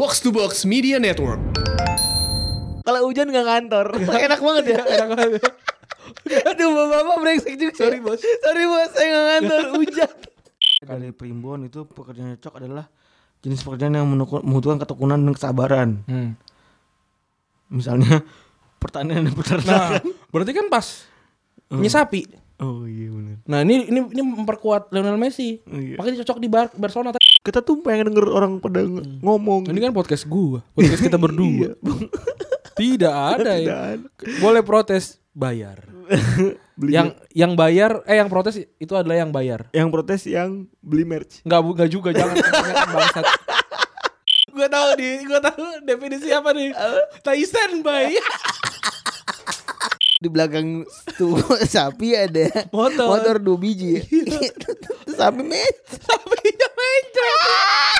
Box to Box Media Network. Kalau hujan gak kantor. Enak banget ya. Enak banget. Aduh bapak-bapak brengsek juga. Sorry, Bos. Sorry bos, saya gak kantor. Hujan. Dari primbon itu pekerjaan cocok adalah jenis pekerjaan yang membutuhkan ketekunan dan kesabaran. Misalnya pertanian dan Nah, peternakan. berarti kan pas nyesapi. Oh iya benar. Nah, ini memperkuat Lionel Messi. Iya. Makanya cocok di Barcelona. Kita tuh pengen denger orang pada ngomong. Ini kan podcast gua, podcast kita berdua. Tidak ada Tidak ya. ada. Boleh protes, bayar. yang bayar yang protes itu adalah yang bayar. Yang protes yang beli merch. Enggak juga, jangan bangsat. Gua tahu definisi apa nih. Tyson bay. Di belakang tuh sapi ada motor 2 biji. Terus sapi Sapinya mencret.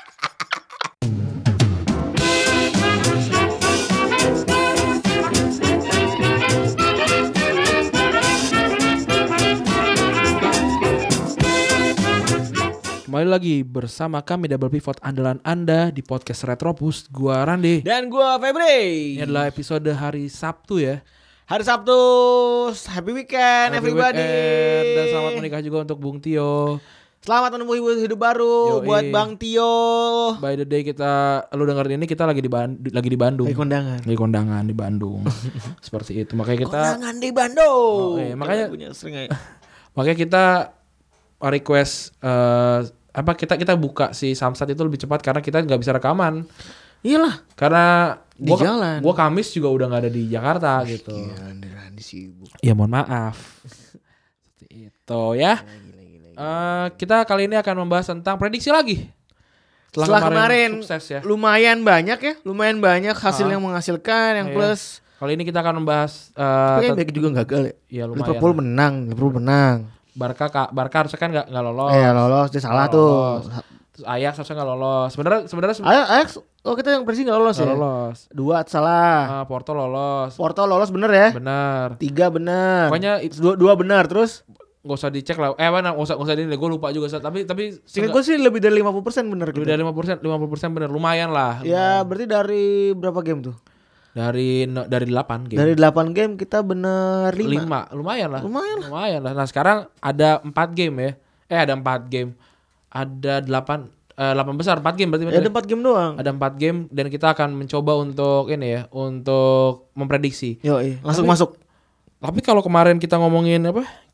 Kembali lagi bersama kami Double Pivot andalan Anda di podcast Retropus. Gua Rande. Dan gua Febri. Ini adalah episode hari Sabtu ya. Hari Sabtu. Happy weekend Happy everybody. weekend. Dan selamat menikah juga untuk Bung Tio. Selamat menempuh hidup baru Yoi. buat Bang Tio. By the day lu dengerin ini kita lagi di Bandung. Lagi kondangan. Lagi kondangan di Bandung. Seperti itu. Makanya kita Kondangan di Bandung. Oh, iya, makanya- Punya sering aja. makanya kita request kita buka si Samsat itu lebih cepat karena kita nggak bisa rekaman. Iyalah. Karena Di jalan. Gua Kamis juga udah nggak ada di Jakarta gitu. Randi sibuk. Ya mohon maaf. Seperti itu ya. Kita kali ini akan membahas tentang prediksi lagi. Setelah kemarin sukses ya. lumayan banyak hasil yang menghasilkan, yang Iya. plus. Kali ini kita akan membahas Tapi baik juga gagal ya. ya lumayan. Liverpool menang. Barca harusnya kan nggak lolos. Lolos, dia salah Nggak tuh. lolos. Terus Ajax harusnya nggak lolos. Sebenarnya Ajax, kita yang prediksi nggak lolos nggak ya. lolos. 2 salah. Porto lolos. Porto lolos bener ya. Benar. 3 benar. Pokoknya 2 benar terus. nggak usah dicek lah. Mana nggak usah ini. Gue lupa juga. Tapi Singkat gue sih lebih dari 50% bener lebih gitu. dari 50% benar. Lumayan lah. Ya berarti dari berapa game tuh? Dari 8 game. Dari 8 game kita bener 5. 5. Lumayan lah. Lumayan lah. Nah, sekarang ada 4 game ya. Ada 4 game. Ada 8 besar 4 game berarti. Ya ada 4 game doang. Ada 4 game dan kita akan mencoba untuk ini ya, untuk memprediksi. Yoi, langsung masuk. Tapi kalau kemarin kita ngomongin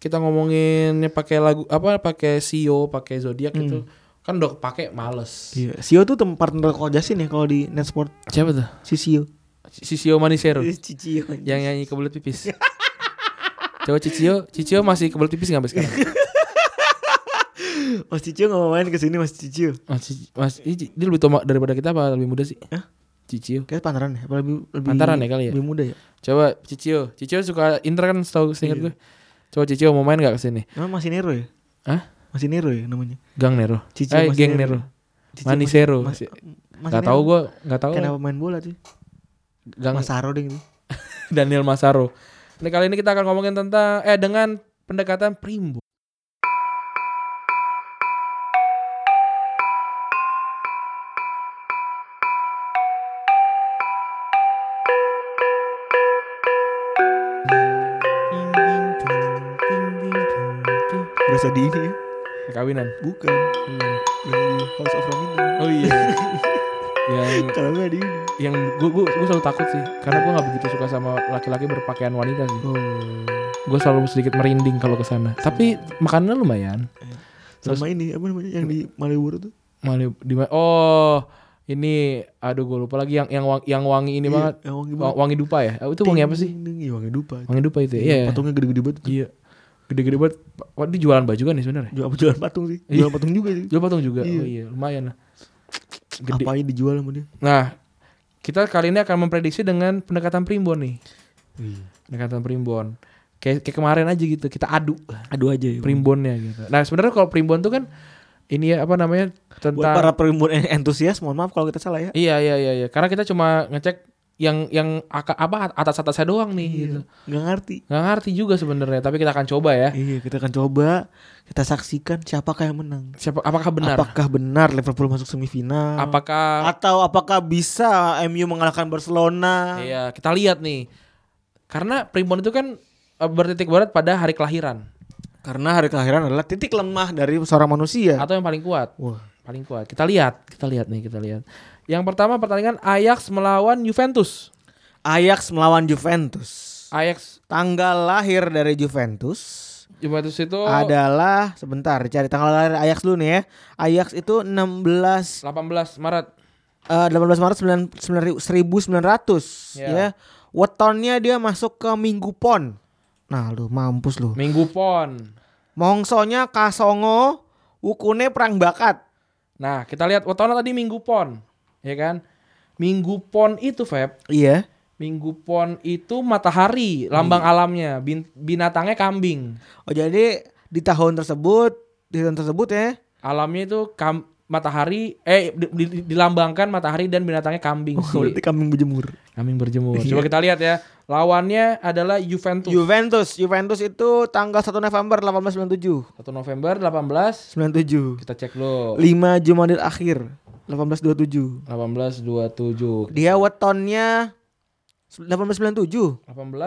pakai lagu pakai Sio, pakai Zodiac gitu. Kan udah pakai males. Iya, Sio tuh partner Ko Jasin ya kalau di Netsport. Siapa tuh? Si Sio. Si Sio Manisero. Cicio. Yang nyanyi kebelet pipis. Coba Cicio masih kebelet pipis enggak sampai sekarang? Mas Cicio enggak mau main ke sini Mas Cicio. Dia lebih tua daripada kita apa lebih muda sih? Hah? Cicio. Kayak pantaran ya, apa lebih Pantaran ya kali ya? Lebih muda ya. Coba Cicio suka Inter kan setahu seingat gue. Coba Cicio mau main enggak ke sini? Namanya masih Nero ya? Hah? Masih Nero ya namanya. Gang Nero. Cicio masih Geng Nero. Nero. Manisero. Enggak tahu gue, enggak tahu. Kenapa main bola sih? Gang Mas Saro deh gitu. Daniel Masaro. Nah, kali ini kita akan ngomongin tentang dengan pendekatan primbon. Berasa di ini ya? Kawinan. Bukan. Yang di House of Raminten. Oh iya. yang Kalau enggak di ini. yang gue selalu takut sih karena gue nggak begitu suka sama laki-laki berpakaian wanita sih. Oh. Gue selalu sedikit merinding kalau ke sana. Tapi makanannya lumayan. Sama ini apa namanya yang di Malioboro tuh? Ini aduh gue lupa lagi yang wangi ini Iya, banget. yang wangi banget. Wangi dupa ya? Itu wangi apa sih? Iya, wangi dupa. Wangi dupa itu ya. Iya. Patungnya gede-gede banget. Iya. Gede-gede banget. Wah, dia jualan baju kan nih sebenarnya. Jualan patung sih. Iya. Jualan patung juga sih. Jual patung juga. Iya. Oh iya, lumayan lah. Gede. Apa aja dijual sama dia? Nah, kita kali ini akan memprediksi dengan pendekatan primbon nih. Pendekatan primbon. Kayak kemarin aja gitu, kita adu aja ya. primbonnya gitu. Nah, sebenarnya kalau primbon tuh kan ini ya apa namanya? Buat para primbon entusias, mohon maaf kalau kita salah ya. Iya. Karena kita cuma ngecek atas-atasnya doang nih gitu. Nggak ngerti juga sebenarnya, tapi kita akan coba ya. Iya, kita akan coba. Kita saksikan siapakah yang menang. Apakah benar? Apakah benar Liverpool masuk semifinal? Apakah bisa MU mengalahkan Barcelona? Iya, kita lihat nih. Karena Primbon itu kan bertitik berat pada hari kelahiran. Karena hari kelahiran adalah titik lemah dari seorang manusia. Atau yang paling kuat. Wah, paling kuat. Kita lihat nih. Yang pertama pertandingan Ajax melawan Juventus. Ajax melawan Juventus. Ajax tanggal lahir dari Juventus itu adalah, sebentar cari tanggal lahir Ajax dulu nih ya. Ajax itu 18 Maret 1900 ya. Wetonnya dia masuk ke Minggu Pon. Nah lu mampus lu. Minggu Pon. Mongsonya Kasongo, wukune perang bakat. Nah kita lihat wetonnya tadi Minggu Pon, ya kan? Minggu Pon itu Feb. Iya. Minggu Pon itu matahari, lambang alamnya, binatangnya kambing. Oh jadi di tahun tersebut ya. Alamnya itu matahari, dilambangkan matahari dan binatangnya kambing. Oh, berarti kambing berjemur. Coba kita lihat ya. Lawannya adalah Juventus itu tanggal 1 November 1897. 1 November 1897. Kita cek dulu. 5 Jumadil Akhir 1827. Dia wetonnya 1897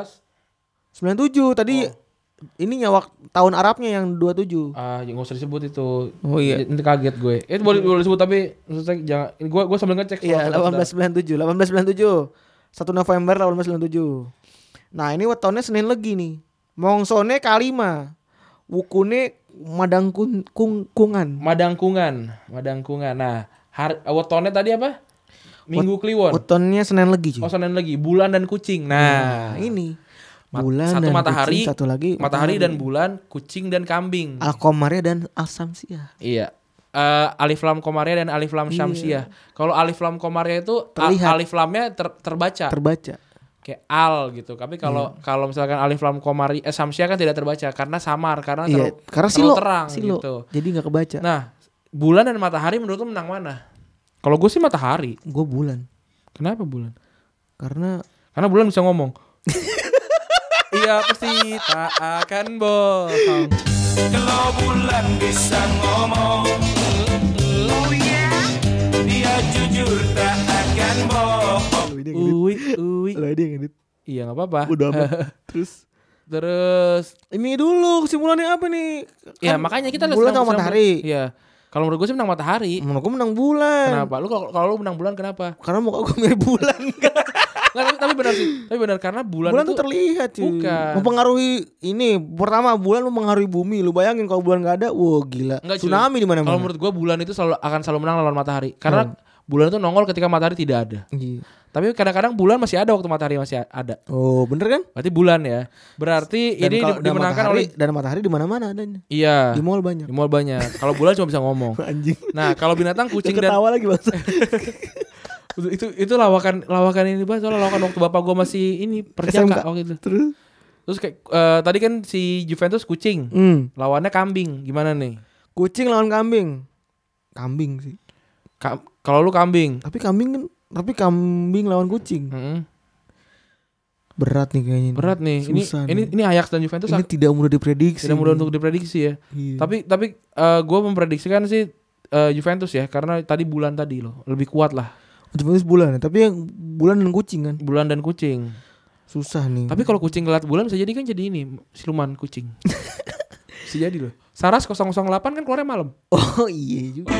tadi. Ini nyawa tahun Arabnya yang 27. Nggak usah disebut itu. Oh iya. Nanti kaget gue. Boleh disebut tapi maksudnya jangan. Gue sambil ngecek. Iya 1897 1 November 1897. Nah ini wetonnya Senin Legi nih. Mongsone Kalima, wukune Madangkungan. Nah wetonnya tadi apa? Minggu Kliwon. Wetonnya Senin Legi. Senin Legi. Bulan dan kucing. Nah ini bulan satu dan matahari, kucing, satu lagi matahari dan bulan, kucing dan kambing. Al-Qamariyah dan Al-Syamsiyah. Iya. Alif Lam Qamariyah dan Alif Lam Syamsiyah. Kalau Alif Lam Qamariyah itu alif lamnya terbaca. Kayak al gitu. Tapi kalau misalkan Alif Lam Qamariyah Syamsiyah kan tidak terbaca karena samar, karena terlalu terang gitu. Jadi enggak kebaca. Nah, bulan dan matahari menurut lu menang mana? Kalau gue sih matahari. Gue bulan. Kenapa bulan? Karena bulan bisa ngomong. Iya pasti tak akan bohong. Kalau bulan bisa ngomong, oh yeah, dia jujur tak akan bohong. Uwi. Lah dia ngedit. Iya nggak apa-apa. Udah amat. Terus ini dulu kesimpulannya apa nih? Ya makanya kita bulan sama matahari. Iya. Kalau menurut gue sih menang matahari. Menurut gue menang bulan. Kenapa? Lu kalau lu menang bulan kenapa? Karena muka gue mirip bulan. Nggak, tapi benar sih. Tapi benar karena bulan itu terlihat cuy. Bukan. Mempengaruhi ini. Pertama bulan mempengaruhi bumi. Lu bayangin kalau bulan enggak ada, wah gila. Enggak, tsunami di mana-mana. Kalau menurut gua bulan itu akan selalu menang lawan matahari. Karena bulan itu nongol ketika matahari tidak ada. Iya. Tapi kadang-kadang bulan masih ada waktu matahari masih ada. Oh, bener kan? Berarti bulan ya. Berarti dan ini dimenangkan oleh dan matahari di mana-mana adanya. Iya. Di mall banyak. Kalau bulan cuma bisa ngomong. Anjing. Nah, kalau binatang kucing dan ketawa lagi Bang. itu lawakan ini Bang, soalnya lawakan waktu bapak gua masih ini perjaka waktu itu. Terus kayak tadi kan si Juventus kucing. Lawannya kambing. Gimana nih? Kucing lawan kambing. Kambing sih. Kalau lu kambing. Tapi kambing lawan kucing. Berat nih kayaknya. Berat nih. Ini Ajax dan Juventus. Ini tidak mudah diprediksi. Tidak mudah untuk diprediksi ya. Iya. Tapi gue memprediksikan sih Juventus ya, karena tadi bulan tadi loh lebih kuat lah. Juventus bulan, tapi yang bulan dan kucing kan. Bulan dan kucing. Susah nih. Tapi kalau kucing ngeliat bulan bisa jadi kan jadi ini siluman kucing. Bisa jadi loh. Saras 008 kan keluarnya malam. Oh iya juga.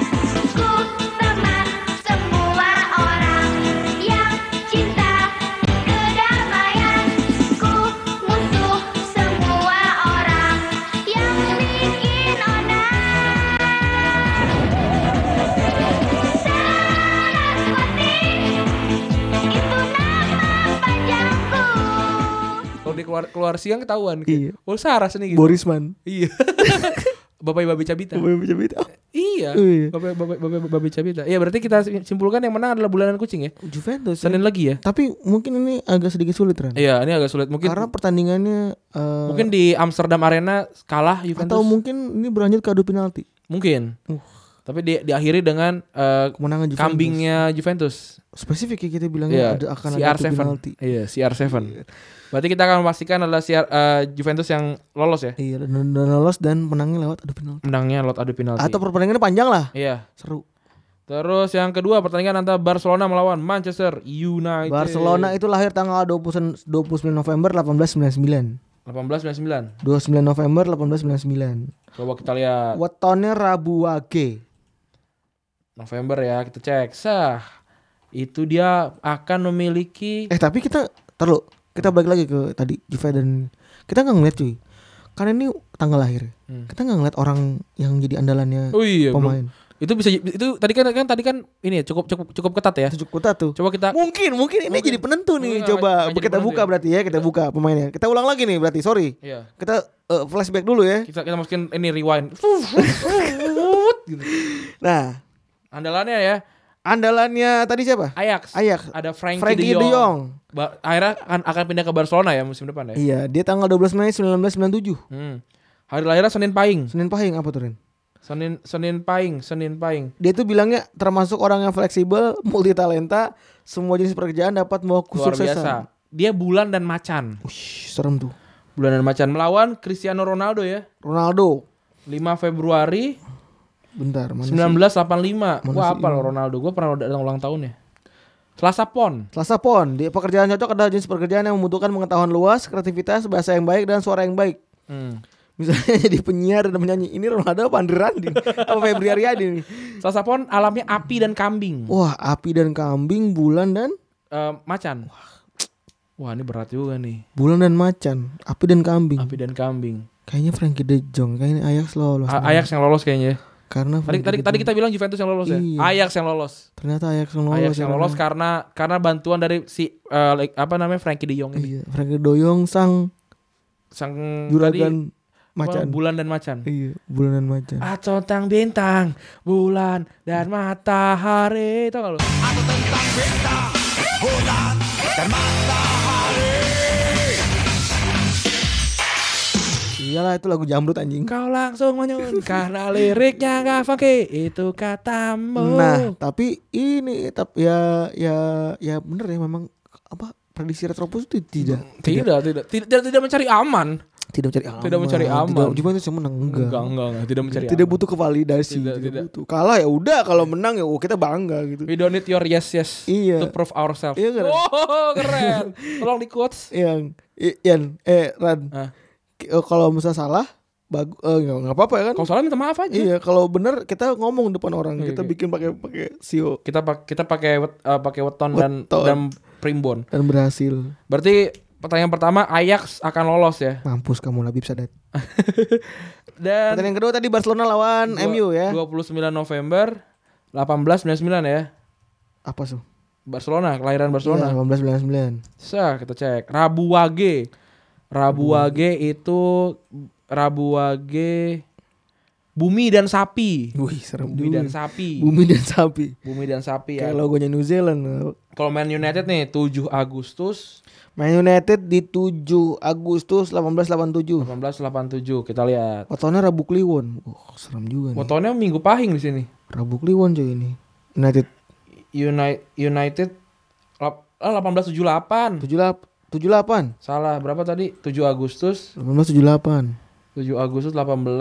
Keluar siang ketahuan. Iya. Oh Saras nih gitu. Borisman. Iya. Bapak Babe Cabita. Iya. Bapak Babe Cabita. Iya berarti kita simpulkan yang menang adalah bulanan kucing ya. Juventus. Senin lagi ya. Tapi mungkin ini agak sedikit sulit Ran. Iya ini agak sulit mungkin. Karena pertandingannya mungkin di Amsterdam Arena kalah Juventus. Atau mungkin ini berlanjut ke adu penalti. Mungkin. Tapi diakhiri dengan kemenangan Juventus. Kambingnya Juventus. Spesifik ya kita bilangnya akan ada penalti. Iya, CR7. Berarti kita akan memastikan adalah Juventus yang lolos ya. Iya, dan lolos dan menangnya lewat adu penalti. Menangnya lewat adu penalti. Atau pertandingannya panjang lah. Iya. Seru. Terus yang kedua pertandingan antara Barcelona melawan Manchester United. Barcelona itu lahir tanggal 29 November 1899. 1899. 29 November 1899. Coba kita lihat. Wetone Rabu Wage. November ya, kita cek. Itu dia akan memiliki Tapi kita balik lagi ke tadi Juve dan kita nggak ngeliat cuy. Karena ini tanggal lahir. Kita nggak ngeliat orang yang jadi andalannya pemain. Itu bisa itu tadi kan ini ya cukup ketat ya. Cukup ketat tuh. Coba kita mungkin ini jadi penentu nih. Coba kita buka berarti ya, kita buka pemainnya. Kita ulang lagi nih berarti, sorry. Iya. Kita flashback dulu ya. Kita masukin ini rewind. Gitu. Nah, Andalannya tadi siapa? Ajax. Ada Frankie de Jong. Akhirnya akan pindah ke Barcelona ya musim depan ya. Iya, dia tanggal 12 Mei 1997. Hari lahirnya Senin Pahing. Senin Pahing apa tuh, Ren? Senin Pahing. Dia tuh bilangnya termasuk orang yang fleksibel, multi talenta, semua jenis pekerjaan dapat membawa kesuksesan. Luar biasa. Dia bulan dan macan. Serem tuh. Bulan dan macan melawan Cristiano Ronaldo ya. 5 Februari Bentar, mana 1985. Gua apa lo Ronaldo? Gua pernah datang ulang tahun ya. Selasa Pon. Di pekerjaan cocok adalah jenis pekerjaan yang membutuhkan pengetahuan luas, kreativitas, bahasa yang baik dan suara yang baik. Misalnya jadi penyiar dan penyanyi. Ini Ronaldo apa Andre Randin? Apa Febri Aryadi nih? Selasa Pon alamnya api dan kambing. Wah, api dan kambing, bulan dan macan. Wah, ini berat juga nih. Bulan dan macan, api dan kambing. Kayaknya Frankie de Jong, kayaknya Ajax lolos. Ajax yang lolos kayaknya. Karena tadi kita bilang Juventus yang lolos ya. Ajax yang lolos. Ternyata Ajax yang lolos. Karena bantuan dari si Frankie de Jong ini. Iya, Frankie de Jong sang juragan macan. Bulan dan macan. Iya, bulan dan macan. Atau tentang bintang, bulan dan matahari. Tahu enggak lu? Atau tentang bintang, bulan dan matahari. Iyalah, itu lagu Jamrut anjing. Kau langsung menyun karena liriknya gak funky, itu katamu. Nah, tapi ya bener ya, memang prediksi Retropus itu tidak mencari aman. Tidak mencari aman. Juventus yang menang enggak, tidak mencari tidak butuh kevalidasi. Tidak butuh. Kalah ya udah, kalau menang ya kita bangga gitu. We don't need your yes iya. to prove ourselves. Iya, keren. Oh, keren. Tolong di quotes. Ran. Kalau misalnya salah, nggak apa-apa ya kan? Kalau salah minta maaf aja. Iya, kalau benar kita ngomong depan orang, kita bikin pakai sio. Kita pakai weton dan primbon. Dan berhasil. Berarti pertanyaan pertama Ajax akan lolos ya. Mampus kamu Labib Sadat. Dan pertanyaan kedua tadi Barcelona lawan MU ya. 29 November 1899 ya. Apa tuh? Barcelona, kelahiran Barcelona. Iya, 1899. Kita cek. Rabu Wage Bumi dan Sapi. Wih, serem Bumi juga. dan Sapi. Bumi dan Sapi ya. Kayak logonya New Zealand. Kalau Man United nih 7 Agustus. Man United di 7 Agustus 1887. 1887 kita lihat. Fotonya Rabu Kliwon. Serem juga nih. Fotonya Minggu Pahing di sini. Rabu Kliwon cuy ini. United 1878. 78. Salah, berapa tadi? 7 Agustus 1878. 7 Agustus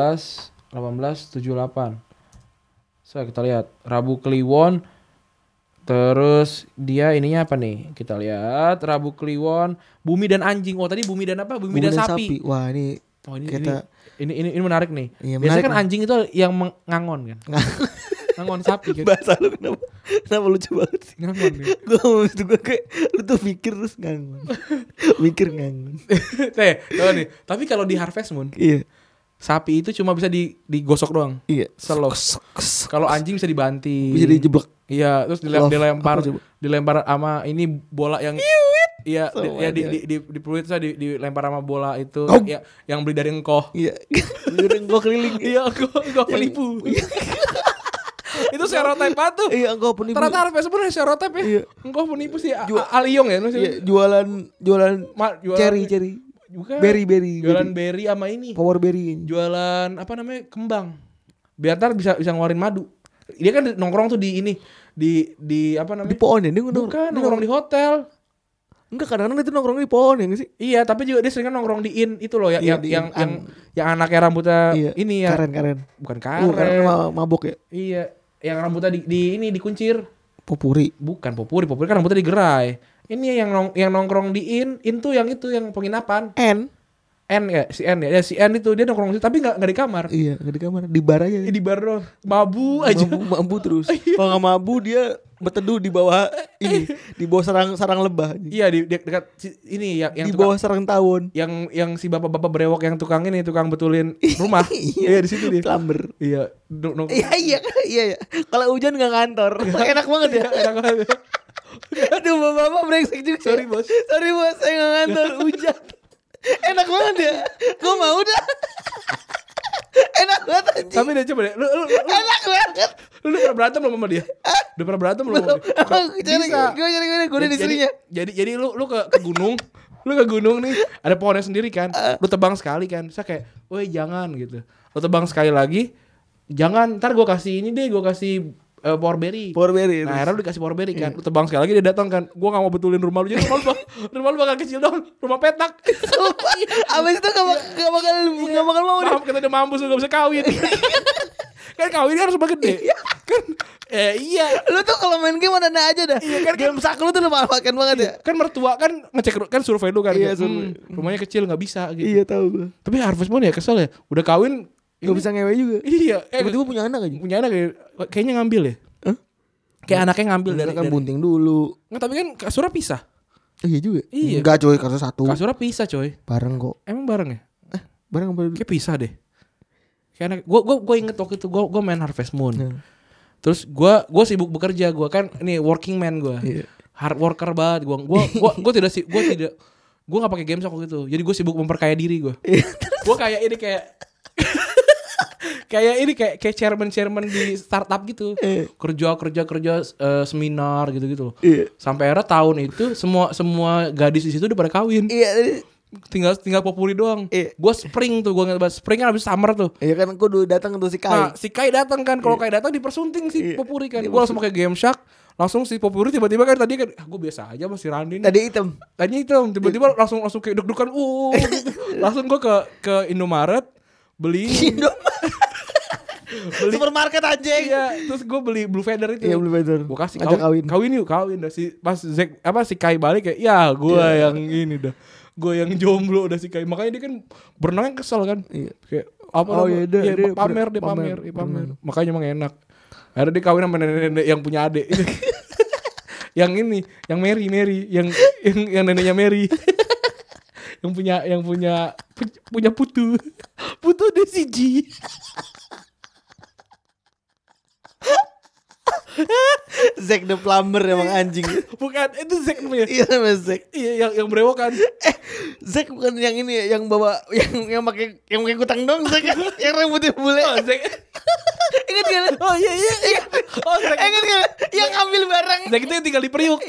1878. Kita lihat Rabu Kliwon. Terus dia ininya apa nih? Kita lihat Rabu Kliwon, Bumi dan Anjing. Oh, tadi Bumi dan apa? Bumi dan sapi. Wah, ini ini menarik nih. Iya, biasanya menarik kan anjing itu yang ngangon kan. Ngangon sapi kan. Bahasa lu kenapa lucu banget sih? Ngangon nih. Gue kayak lu tuh pikir terus ngangon. Mikir ngangon. Tahu nih. Tapi kalau di Harvest Moon, iya. Sapi itu cuma bisa digosok doang. Iya. Selok. Kalau anjing bisa dibanting. Bisa dijeblok. Iya, terus dilempar sama ini bola yang iya di peluit saya dilempar sama bola itu ya, yang beli dari engkoh. Iya. Dari engkoh keliling. Iya, engkoh penipu. Itu stereotip apa tuh? Iya, engkoh penipu. Ternyata sebenarnya stereotip ya. Iya. Engkoh penipu sih Aliong ya maksudnya. Iya, jualan cherry. Bukan. Berry. Jualan berry sama ini. Power berry. Jualan apa namanya? Kembang. Biar ntar bisa ngeluarin madu. Dia kan nongkrong tuh di ini di apa namanya? Di pohon ya dia Bukan, nongkrong di hotel. Enggak, kadang-kadang itu nongkrong di pohon ya nggak sih? Iya, tapi juga dia sering kan nongkrong di in itu loh ya, Iya, yang anaknya rambutnya Iya, ini ya. Karen. Bukan Karen karen. mabok ya. Iya, yang rambutnya di ini dikuncir. Popuri. Bukan popuri kan rambutnya digerai. Ini yang nongkrong di in tuh yang itu yang penginapan. N ya, si N ya. Ya si N itu dia nongkrong tapi enggak di kamar. Iya, enggak di kamar, di bar aja. Di bar doang. Mabu aja. Mabu terus. Kalau enggak mabu dia berteduh di bawah ini, di bawah sarang lebah. Iya, di dekat ini yang di bawah sarang tawon. Yang si bapak-bapak brewok yang tukang betulin rumah. Iya, di situ dia. Plumber. Iya. Iya. Kalau hujan enggak ngantor. Enak banget ya. Enak banget. Aduh, bapak brengsek juga. Sorry bos, saya enggak ngantor hujan. Enak banget ya. Gue mau dah. Enak banget anjing. Tapi deh coba deh. Lu Enak banget. Lu udah pernah berantem belum sama dia? Udah pernah berantem belum sama dia? Bisa. Gue udah istrinya. Jadi lu ke gunung. Lu ke gunung nih, ada pohonnya sendiri kan. Lu tebang sekali kan. Saya kayak, "Woi, jangan" gitu. Lu tebang sekali lagi. Jangan, ntar gue kasih ini deh, gue kasih Powerberry. Powerberry. Nah, akhirnya lu dikasih Powerberry kan. Lu tebang sekali lagi dia datang kan. Gua enggak mau betulin rumah lu. Jadi rumah lu bakal kecil dong. Rumah petak. Abis itu gak bakal mau deh. Maaf, kita udah mampus lu gak bisa kawin. Kan kawin kan harus gede. Kan iya. Lu tuh kalau main game mana aja dah. Iya kan game sak lu tuh lu manfaatkan banget ya. Kan mertua kan ngecek kan survei lu kan. Iya, rumahnya kecil enggak bisa gitu. Iya tahu gue. Tapi Harvest Moon ya kesel ya. Udah kawin gak bisa ngewe juga. Iya. Tiba-tiba punya anak aja. Punya anak kayaknya ngambil ya. Kayak anaknya ngambil dari bunting dulu. Enggak, tapi kan kasurnya pisah. Iya juga. Iya. Enggak coy, kasur satu. Kasurnya pisah coy. Bareng kok. Emang bareng ya? Bareng apa dulu? Kayak pisah deh. Kayak anak gue inget waktu itu gue main Harvest Moon. Terus gue sibuk bekerja, gue kan ini working man gue. Iya. Hard worker banget gue nggak pakai games waktu itu. Jadi gue sibuk memperkaya diri gue. Gue kayak kayak chairman di startup gitu. Kerja seminar gitu loh. Sampai era tahun itu semua gadis di situ udah pada kawin. Iya. Tinggal popuri doang. Gue spring kan habis summer tuh. Iya kan gue dulu datang untuk si Kai. Nah, si Kai datang kan. Kalau Kai datang dipersunting si popuri kan. Gue langsung pakai Game Shark. Langsung si popuri tiba-tiba kan tadi kan gue biasa aja masih Randy nih. Tadinya hitam. Tiba-tiba langsung kayak deg-degan gitu. Langsung gue ke Indomaret beli supermarket anjing. Iya, terus gue beli Blue Feather itu. Iya, Blue Feather. Gue kasih kawin yuk. Dah si Kai balik kayak, "Ya, gue yang ini dah. Gue yang jomblo udah si Kai." Makanya dia kan berenangnya kesel kan. Iya. Kayak apa dia pamer. Makanya emang enak. Akhirnya dia kawin sama nenek yang punya adik. Yang ini, yang Mary, yang neneknya Mary. yang punya putu DCG. Zack the Plumber emang anjing. Bukan, itu Zack namanya. Iya namanya Zack. Iya, yang brewok kan. Zack bukan yang ini ya, yang bawa yang pakai kutang dong Zack. Yang rambutnya bule. Oh, Zack. Ingat gak? Oh iya. Oh, Zack. Ingat gak? Yang ambil barang. Zack itu yang tinggal di Priuk.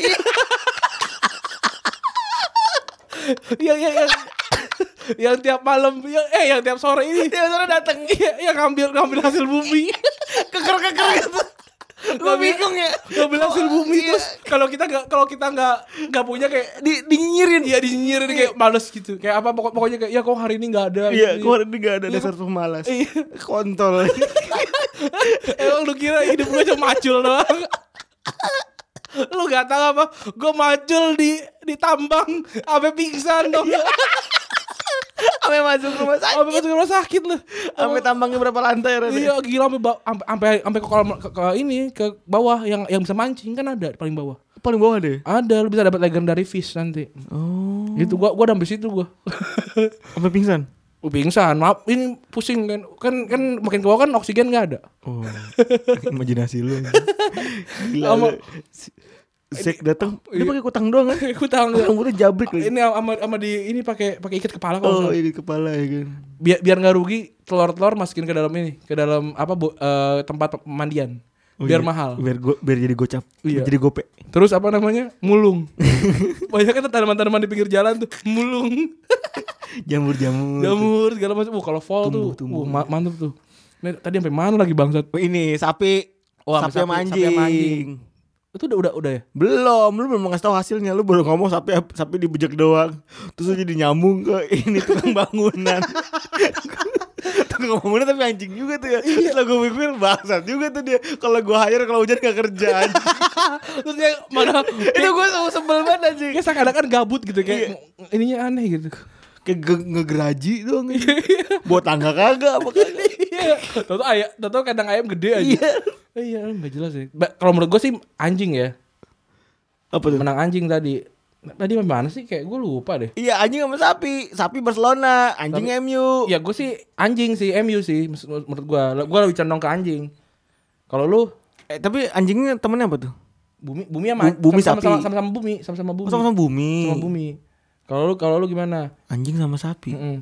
Yang tiap malam yang tiap sore ini. Tiap sore datang. Iya, yang ngambil hasil bumi. Keker gitu. Gue bingung ya. Ngambil hasil bumi terus kalau kita nggak punya kayak dinyinyirin. Iya, dinyinyirin kayak males gitu. Kayak apa pokoknya kayak ya kok hari ini nggak ada. Iya, kok hari ini nggak ada dasar pemalas. Kontol. Emang lu kira hidup gue cuma macul doang? Lu gak tahu apa? Gue macul di tambang sampai pingsan dong. Sampai masuk rumah sakit lu. Sampai tambangnya berapa lantai ya? Iya, gila sampai ke bawah yang bisa mancing kan ada paling bawah. Paling bawah deh. Ada, lu bisa dapat legendary fish nanti. Oh. Gitu gua sampai situ gua. Sampai pingsan. Pingsan, maaf ini pusing kan makin ke bawah kan oksigen enggak ada. Oh. Imajinasi lu. Gila. Zack datang, dia pakai kutang doang kan? Kutang. Rambutnya jabrik lagi. Ini sama ini pakai ikat kepala kalau. Oh, ikat kepala ya kan. Biar enggak rugi, telur masukin ke dalam tempat pemandian. Biar mahal. Biar jadi gocap. Iya. Jadi gope. Terus apa namanya? Mulung. Banyak kan tanaman-tanaman di pinggir jalan tuh, mulung. Jamur segala macam. Kalau fall tumbuh. Mantap tuh. Nih, tadi sampai mana lagi bangsat? Ini sapi. Oh, sapi sama sapi sama anjing. Itu udah ya? Lu belum ngasih tahu hasilnya. Lu baru ngomong sapi dibejek doang. Terus lu jadi nyambung ke ini tukang bangunan. Tukang bangunan tapi anjing juga tuh ya. Terus gue pikir bangsat juga tuh dia. Kalau gue hire kalau hujan gak kerja anjing. Terus dia mana Itu gue sebel banget anjing. kayak seakan-akan gabut gitu kayak ininya aneh gitu. Kayak ngegeraji doang. Buat tangga kagak apa kagak. Iya. Tahu kandang ayam gede aja. Iya, enggak jelas sih. Kalau menurut gue sih anjing ya. Apa tuh? Menang anjing tadi. Tadi mana sih? Kayak gue lupa deh. Iya anjing sama sapi. Sapi Barcelona, anjing MU. Ya gue sih anjing sih MU sih menurut gue. Gue lebih condong ke anjing. Kalau lu Tapi anjingnya temennya apa tuh? Bumi sama Bumi sama-sama sapi. sama-sama bumi, sama-sama bumi. Sama bumi. Sama bumi. Kalau lu gimana? Anjing sama sapi. Mm-mm.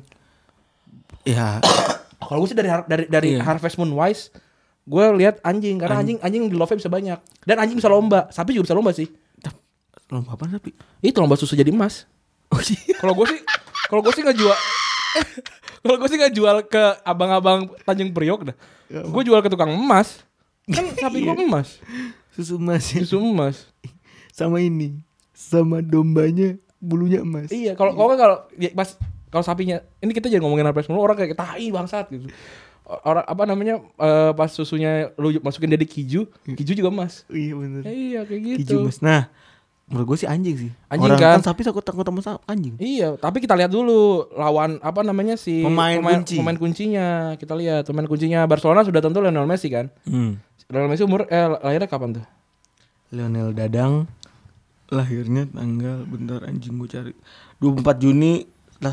Ya. Kalau gue sih dari Iya. Harvest Moon Wise, gue lihat anjing karena anjing di love bisa banyak dan anjing bisa lomba, sapi juga bisa lomba sih. Lomba apa sapi? Itu lomba susu jadi emas. Oh iya. Kalau gue sih ngejual, kalau gue sih ngejual ke abang-abang Tanjung Priok dah. Gue jual ke tukang emas, kan sapi gue emas, Susu emas ya. susu emas. Sama ini. Sama dombanya bulunya emas. Iya, kalau ya, pas kalau sapinya, ini kita jangan ngomongin Harvest Moon, orang kayak tai bangsat gitu. Orang apa namanya pas susunya lu masukin dari kiju juga emas. Iya bener. Iya kayak gitu. Kiju emas. Nah, menurut gue sih anjing sih. Anjing Orang kan? sapi takut sama anjing. Iya, tapi kita lihat dulu lawan apa namanya si Pemain kunci. pemain kuncinya. Kita lihat pemain kuncinya Barcelona sudah tentu Lionel Messi kan. Lionel Messi lahirnya kapan tuh? Lionel Dadang lahirnya tanggal bentar anjing gue cari 24 Juni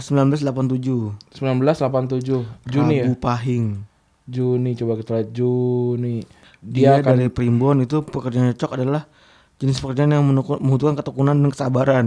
1987. 1987 Juni ya. Rabu Pahing. Juni coba kita lihat Juni. Dia Dia kan dari Primbon itu pekerjaan cocok adalah jenis pekerjaan yang membutuhkan ketekunan dan kesabaran.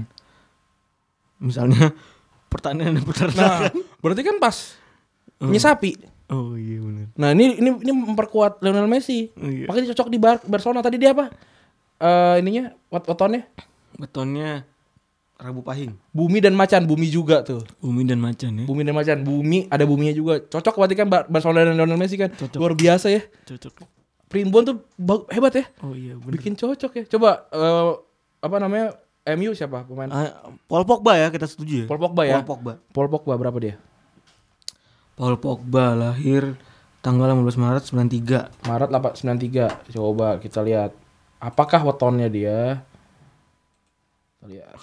Misalnya pertanian dan Nah, peternakan. berarti kan pas punya sapi. Oh iya benar. Nah, ini memperkuat Lionel Messi. Iya. Makanya cocok di Barcelona. Tadi dia apa? Ininya wetonnya Betonnya Rabu Pahing. Bumi dan Macan, bumi juga tuh. Bumi dan Macan ya. Bumi dan Macan, bumi ada buminya juga. Cocok berarti kan Barcelona dan Lionel Messi kan. Cocok. Luar biasa ya. Cocok. Primbon tuh hebat ya. Oh iya benar. Bikin cocok ya. Coba apa namanya? MU siapa pemain? Paul Pogba ya, kita setuju ya. Paul Pogba ya. Paul Pogba berapa dia? Paul Pogba lahir tanggal 15 Maret 93. Maret 93. Coba kita lihat. Apakah wetonnya dia? Kita lihat.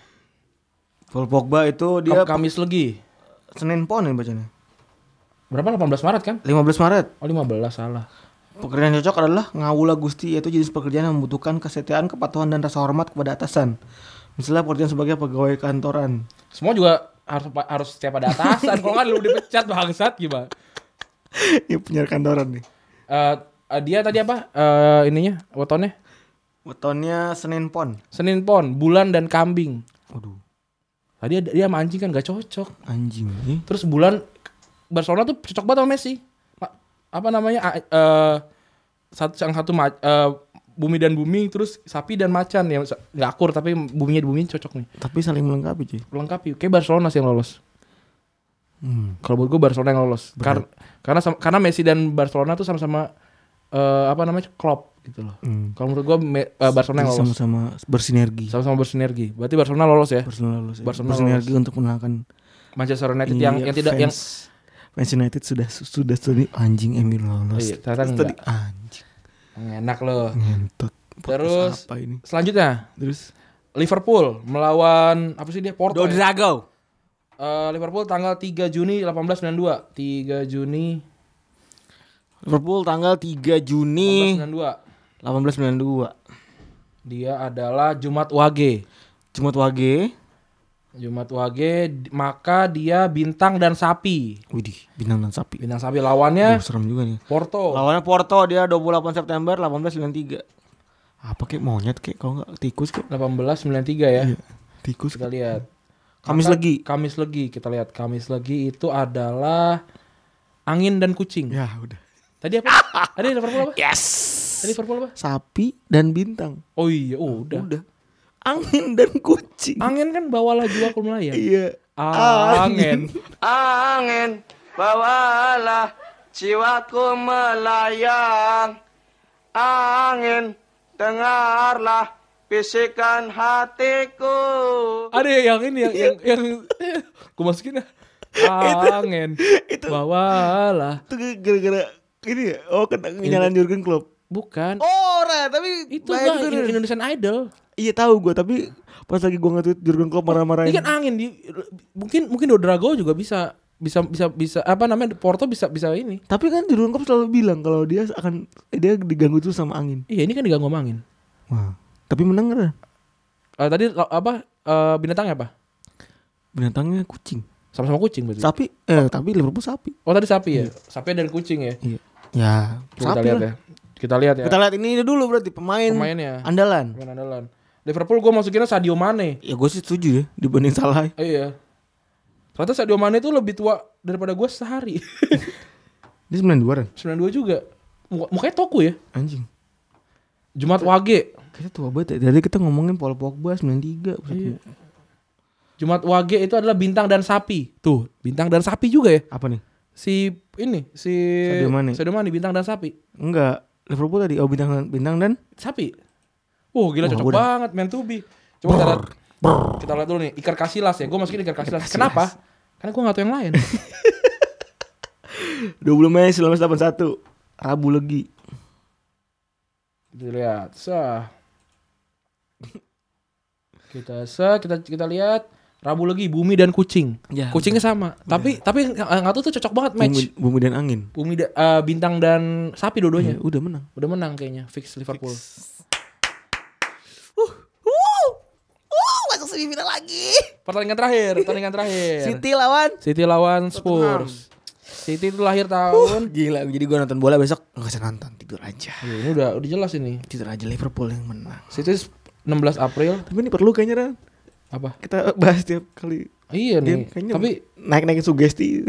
Paul Pogba itu dia Kamis Legi. Senin Pon ya bacanya. Berapa? 18 Maret kan? 15 Maret. Oh 15 salah. Pekerjaan cocok adalah ngawula gusti, yaitu jenis pekerjaan yang membutuhkan kesetiaan, kepatuhan dan rasa hormat kepada atasan. Misalnya pekerjaan sebagai pegawai kantoran. Semua juga harus setiap ada atasan. Kalau nggak lu dipecat bangsat gimana? Ini penyiar kantoran nih. Dia tadi apa? Ininya wetonnya? Wetonnya Senin Pon. Senin Pon, bulan dan kambing. Waduh, Tadi dia sama anjing kan gak cocok. anjing nih. Terus bulan Barcelona tuh cocok banget sama Messi. Apa namanya? Bumi dan bumi, terus sapi dan macan yang nggak akur tapi bumi cocok nih. Tapi saling melengkapi cuy. Melengkapi. Kayak Barcelona sih yang lolos. Kalau buat gue Barcelona yang lolos. Karena Messi dan Barcelona tuh sama-sama apa namanya? Klopp gitu loh. Kalau menurut gue Barcelona yang lolos. Sama-sama bersinergi. Sama-sama bersinergi. Berarti Barcelona lolos ya. Barcelona lolos. Barcelona bersinergi untuk menangkan Manchester United yang tidak yang Manchester United sudah anjing MU lolos. iya, ternyata Tadi enggak. anjing. Enak loh. Ngentot. Terus apa ini? selanjutnya Terus Liverpool melawan apa sih dia? Porto. Ya? Drago. Liverpool tanggal 3 Juni 1892. 3 Juni Liverpool tanggal 3 Juni 1892. 1892. Dia adalah Jumat Wage. Jumat Wage, maka dia bintang dan sapi. Widih, bintang dan sapi. Bintang sapi lawannya Serem juga nih. Porto. Lawannya Porto, dia 28 September 1893. Apa kek monyet kek kalau enggak tikus kek. 1893 ya. Iya, tikus. Kita lihat. Kamis Legi. Kamis Legi, kita lihat. Kamis Legi itu adalah angin dan kucing. Ya udah. Tadi apa? Tadi Liverpool apa? Yes. Tadi Liverpool apa? Sapi dan bintang. Oh iya, udah. Angin dan kucing. Angin kan bawalah jiwaku melayang. Iya. Angin. Angin, bawalah jiwaku melayang. Angin, dengarlah bisikan hatiku. Ada yang ini yang gue masukin angin bawalah. Itu gara-gara ini ya. Oh kan nyalain Jurgen Klopp. Bukan. Oh, tapi Itu enggak Indonesian Idol. Iya tahu gue, tapi pas lagi gue nge-tweet Jurgen Klopp marah-marahin. Ini kan angin mungkin Dodrago juga bisa apa namanya Porto bisa ini. Tapi kan Jurgen Klopp selalu bilang kalau dia diganggu terus sama angin. Iya, ini kan diganggu sama angin. Wah, tapi menang kan? Tadi binatangnya apa? Binatangnya kucing. Sama-sama kucing berarti. Tapi Liverpool sapi. Oh, tadi sapi ya. Sapi dan kucing ya. Iya. Ya, Kita lihat ya. Kita lihat ini dulu berarti pemainnya. Andalan. Pemain andalan. Liverpool gue masukinnya Sadio Mane. Ya gue sih setuju ya dibanding Salah. Iya. Ternyata Sadio Mane itu lebih tua daripada gue sehari. Dia 92 kan? 92 juga. Mukanya Toku ya. Anjing. Jumat Wage. Kita tua banget ya. Jadi kita ngomongin Paul Pogba 93. Iya. Jumat Wage itu adalah bintang dan sapi. Tuh, bintang dan sapi juga ya. Apa nih? Si Sadio Mane bintang dan sapi. Enggak. Liverpool tadi bintang dan Sapi. Gila cocok banget man to be. Coba kita lihat dulu nih Iker Casillas ya. Gue masukin Iker Casillas. Kenapa? Karena gue gak tahu yang lain. 20 Mei 1981 Rabu Legi. Dilihat. Kita lihat Rabu Legi Bumi dan Kucing. Ya, Kucingnya sama. Tapi nggak tahu tuh cocok banget match. Bumi dan angin. Bintang dan sapi dua-duanya. Ya, udah menang. Udah menang kayaknya. Fix Liverpool. Masuk semifinal lagi. Pertandingan terakhir. City lawan Spurs. City itu lahir tahun. Gila, jadi gue nonton bola besok nggak bisa nonton, tidur aja. Ini udah jelas ini. Tidur aja, Liverpool yang menang. City 16 April. Tapi ini perlu kayaknya Ran. Apa? Kita bahas tiap kali. Iya nih. Tapi naik-naikin sugesti.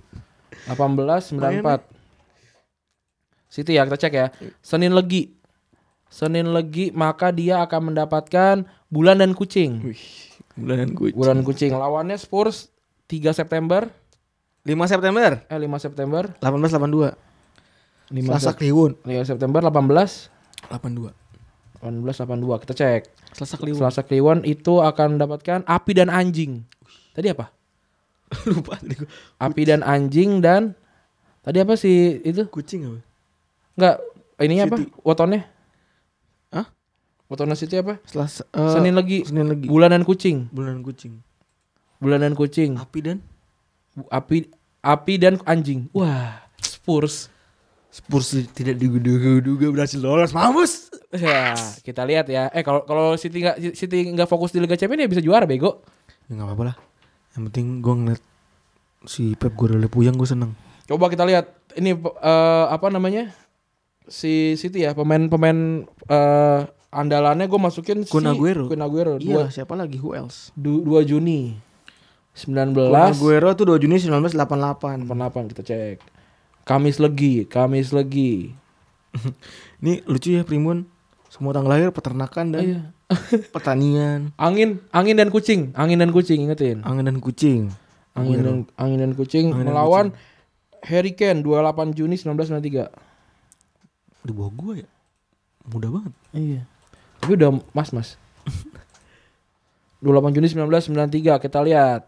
1894. City ya, kita cek ya. Senin Legi maka dia akan mendapatkan bulan dan kucing. Wih, bulan kucing. Lawannya Spurs 3 September. 5 September. 5 September. 1882. 5 September 82. Kita cek. Selasa Kliwon itu akan mendapatkan api dan anjing. Tadi apa? Lupa tadi gue. Api dan anjing dan tadi apa sih itu? Kucing apa? Enggak, ininya apa? City. Wetonnya? Hah? Wetonnya City apa? Selasa Senin Legi. Bulan dan kucing. Api dan anjing. Wah, Spurs tidak diduga berhasil lolos, mampus. Ya, kita lihat ya. Kalau City nggak fokus di Liga Champions ya bisa juara bego. Ya enggak apa-apa lah. Yang penting gue ngeliat si Pep Guardiola puyeng, gue seneng. Coba kita lihat ini apa namanya? Si City ya, pemain andalannya gue masukin Kun Aguero. Iya, siapa lagi? Who else? 2 Juni 19 Kun Aguero tuh 2 Juni 1988. 88 kita cek. Kamis Legi. Ini lucu ya Primbon. Semua tanggal lahir peternakan dan pertanian. Angin dan kucing ingetin. Angin dan kucing Melawan Harry Kane 28 Juni 1993. Di bawah gue ya. Mudah banget. Iya. Tapi udah mas. 28 Juni 1993 kita lihat.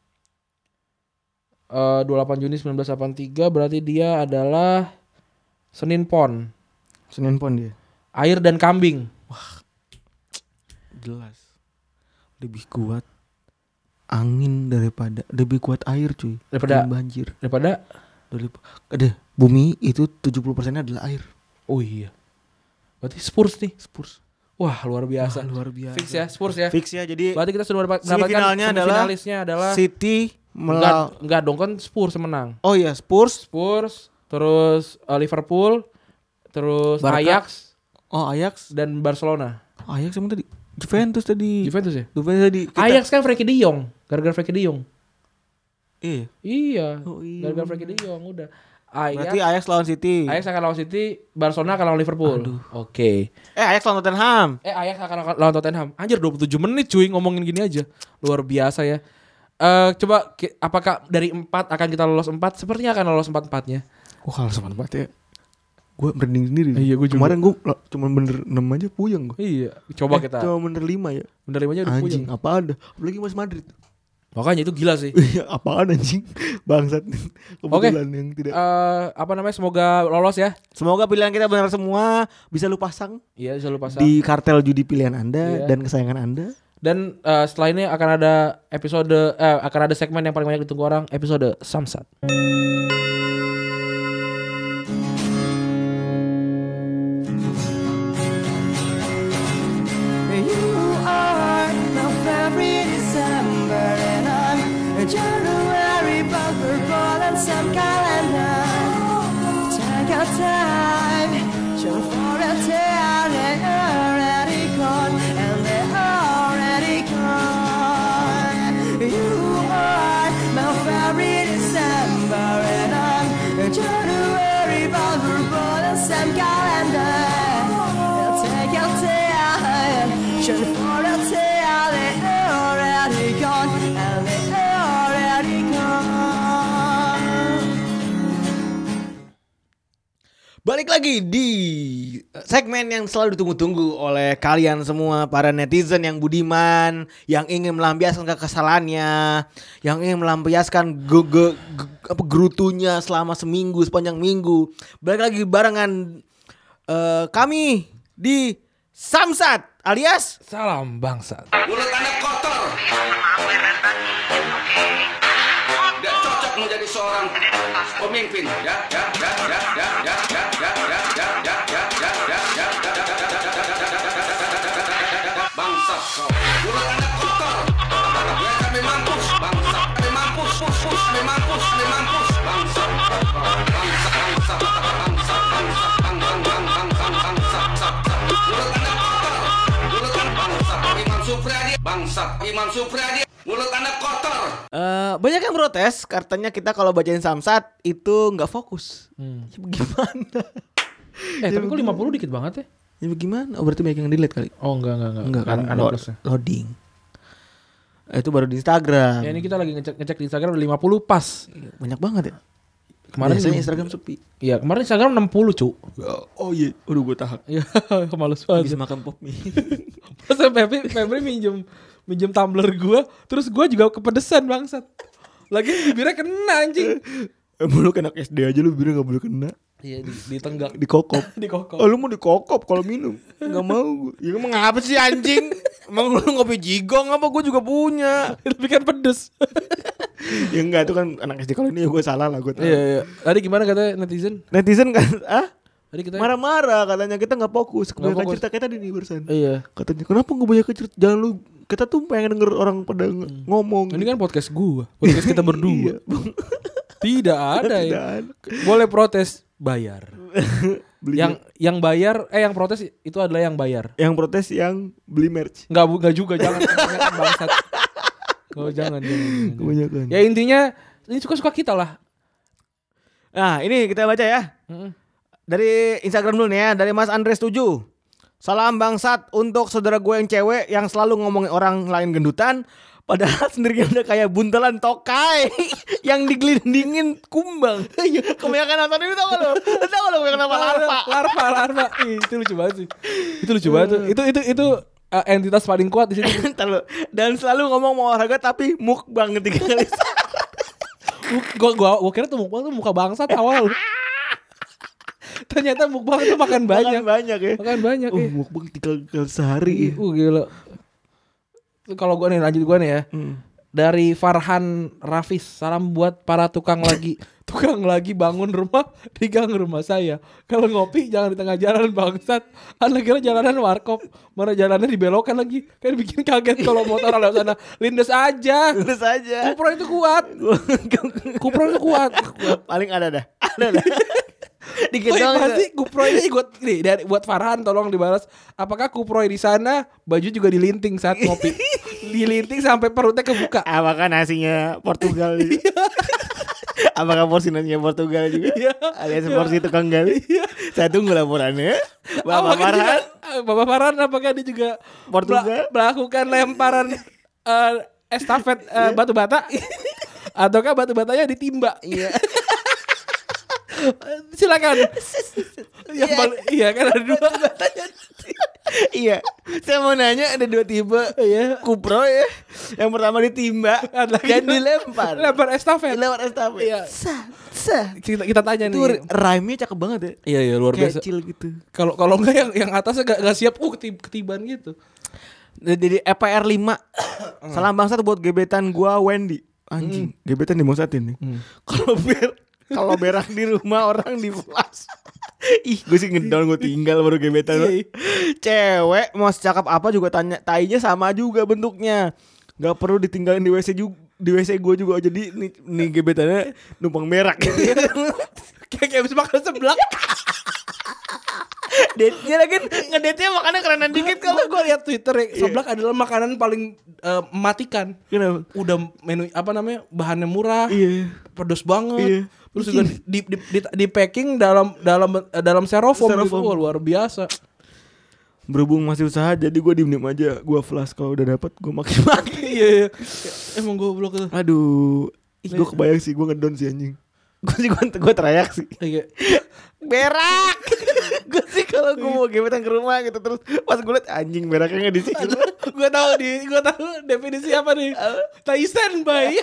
28 Juni 1983 berarti dia adalah Senin Pon dia. Air dan kambing. Wah, jelas lebih kuat angin lebih kuat air cuy daripada banjir. Daripada bumi itu 70% adalah air. Oh iya. Berarti Spurs. Wah, luar biasa. Fix ya Spurs ya. Jadi berarti kita sudah mendapatkan semifinalisnya adalah City enggak dong, kan Spurs menang. Oh iya, Spurs, terus Liverpool, terus Barca. Ajax dan Barcelona. Ajax sama tadi Juventus tadi. Ajax kan Frenkie de Jong, gara-gara Frenkie de Jong. Iya. Gara-gara Frenkie de Jong udah. Berarti Ajax lawan City. Ajax akan lawan City, Barcelona akan lawan Liverpool. Oke. Ajax lawan Tottenham. Ajax akan lawan Tottenham. Anjir 27 menit cuy ngomongin gini aja. Luar biasa ya. Coba apakah dari 4 akan kita lolos 4? Sepertinya akan lolos 4-4-nya. Kalau 4-4 ya. gue merinding sendiri. Iya, gue juga. Kemarin gue cuma bener 6 aja puyeng gue. Iya, coba kita. Cuma bener 5 ya. Bener 5 aja udah puyeng. Anjing, apaan dah? Apalagi Mas Madrid. Makanya itu gila sih. Iya, apaan anjing? Bangsat. Kebetulan yang tidak. Apa namanya? Semoga lolos ya. Semoga pilihan kita benar semua, bisa lu pasang Iya, bisa lu pasang. di kartel judi pilihan Anda Iya. dan kesayangan Anda. Dan setelah ini akan ada akan ada segmen yang paling banyak ditunggu orang, episode Samsat. You are my favorite December, and I'm a January butterball and some calendar. Take your time, show for a tale, they're already gone, and they're already gone. You are my favorite December, and I'm a January butterball and some calendar. Take your time, show for a tale, they're already gone, and they're already gone. Balik lagi di segmen yang selalu ditunggu-tunggu oleh kalian semua para netizen yang budiman, yang ingin melampiaskan kekesalannya, yang ingin melampiaskan gerutunya selama seminggu, sepanjang minggu. Balik lagi barengan kami di Samsat alias Salam bangsat. Mulut Anda kotor. Tidak cocok menjadi seorang pemimpin. Bangsat kau. Mulut Anda kotor. Ya kami mampus. Bangsat. Kami mampus. Kami mampus. Bangsat. Bangsat. Mulut Anda kotor. Mulut Anda bangsat. Imam Supriyadi. Mulut Anda kotor. banyak yang protes katanya kita kalau bacain Samsat itu nggak fokus. Ya bagaimana? Tapi kok 50 dikit banget ya? Ya bagaimana? Oh berarti banyak yang delete kali. Oh enggak. Enggak kan? Ada plusnya. Loading. Itu baru di Instagram. Ya ini kita lagi ngecek di Instagram udah 50 pas. Banyak banget ya. Kemarin biasanya Instagram sepi. Iya, kemarin Instagram 60, cu. Oh iya, udah gue tahap. Iya, males banget. Bisa makan pop mie. Terus Febri minjem tumbler gua, terus gua juga kepedesan bangsat. Lagi bibirnya kena anjing. Lu anak SD aja lu bibirnya gak boleh kena. Iya, ditenggak. Dikokop. Dikokop. Oh lu mau dikokop kalau minum. Gak mau gue. Ya emang ngapa sih anjing? Emang lu ngopi jigong apa? Gue juga punya. Tapi kan pedes. Ya enggak, itu kan anak SD. Kalau ini ya gue salah lah, gue tahu. Iya. Tadi gimana kata netizen? Netizen kan Tadi kita marah-marah katanya kita gak fokus. Kebanyakan fokus. cerita kita di nih barusan. Iya. Katanya kenapa gak banyak cerita? Jangan lu. Kita tuh pengen denger orang pada ngomong. Ini kan podcast gua. Podcast kita berdua. Tidak ada Tidak ya. ada. Boleh protes, bayar. Beli Yang bayar yang protes itu adalah yang bayar. yang protes yang beli merch. Enggak juga jangan kebanyakan bangsat. Oh jangan. Kebanyakan. Ya intinya ini suka-suka kita lah. Nah ini kita baca ya. Dari Instagram dulu nih ya. Dari Mas Andres 7. Salam bangsat untuk saudara gue yang cewek yang selalu ngomongin orang lain gendutan, padahal sendirinya udah kayak buntelan tokai yang digelindingin kumbang. Kebanyakan nonton ini tau gak lo? Tau gak lo kebanyakan apa Larva. Ih, itu lucu banget sih. Itu lucu banget tuh. Itu entitas paling kuat di sini. Ntar lo. Dan selalu ngomong mau olahraga tapi mukbang 3 kali. Gua kira tuh mukbang tuh muka bangsat awal. Ternyata mukbang tuh makan banyak. Banyak ya. Makan banyak ya. Mukbang 3 kali sehari. Gila. Kalau gue nih lanjut gue nih ya. Dari Farhan Rafis, salam buat para tukang lagi bangun rumah di gang rumah saya. Kalau ngopi jangan di tengah jalan bangsat. Anda kira jalanan warkop, mana jalannya dibelokkan lagi. Kan bikin kaget kalau motor lewat sana. Lindes aja. Kupro itu kuat. Paling ada dah. Dikit Woi, doang. pasti Kuproy ini buat Farhan tolong dibalas. Apakah Kuproy di sana baju juga dilinting saat ngopi? Dilinting sampai perutnya kebuka. Apakah nasinya Portugal juga? Apakah porsi nasinya Portugal juga? Alias porsi tukang gali? Saya tunggu laporannya. Bapak Farhan apakah dia juga Portugal? melakukan lemparan estafet batu bata? Ataukah batu batanya ditimba? Silakan. Iya kan ada 2. Iya, saya mau nanya ada 2 tipe kupro ya. Yang pertama ditimba dan dilempar. Lempar estafet. Lempar estafet. Iya. Sah. Kita tanya Itu nih. rhyme-nya cakep banget ya. Iya luar biasa. Kecil gitu. Kalau enggak yang atasnya enggak siap ketiban gitu. Jadi EPR 5. Salam bangsat buat gebetan gua Wendy. Anjing, gebetan dimongsatin nih. Kalau berak di rumah orang di flash. Ih, gue sih ngedown, gue tinggal baru gebetan. Cewek mau secakap apa juga tainya sama juga bentuknya. Gak perlu ditinggalin di WC juga. Di WC gue juga. Jadi nih gebetannya numpang berak. Kayak habis makan seblak. Dia lagi ngedate-nya makanan kerenan dikit. Kalau gue lihat Twitter ya, seblak adalah makanan paling mematikan. Kenapa? Udah menu bahannya murah, pedas banget. Iya. Terus juga di packing dalam styrofoam. Gitu. Wah, luar biasa. Berhubung masih usaha jadi gue diem aja. Gue flash kalau udah dapat gue makin. Iya. Emang goblok itu. Aduh, gue kebayang sih gue ngedon sih anjing. Gue teriak sih. Berak. Gue sih kalau gue mau gebetan ke rumah gitu terus pas gue liat anjing beraknya nggak di sini. Gue tahu definisi apa nih. Tai standby.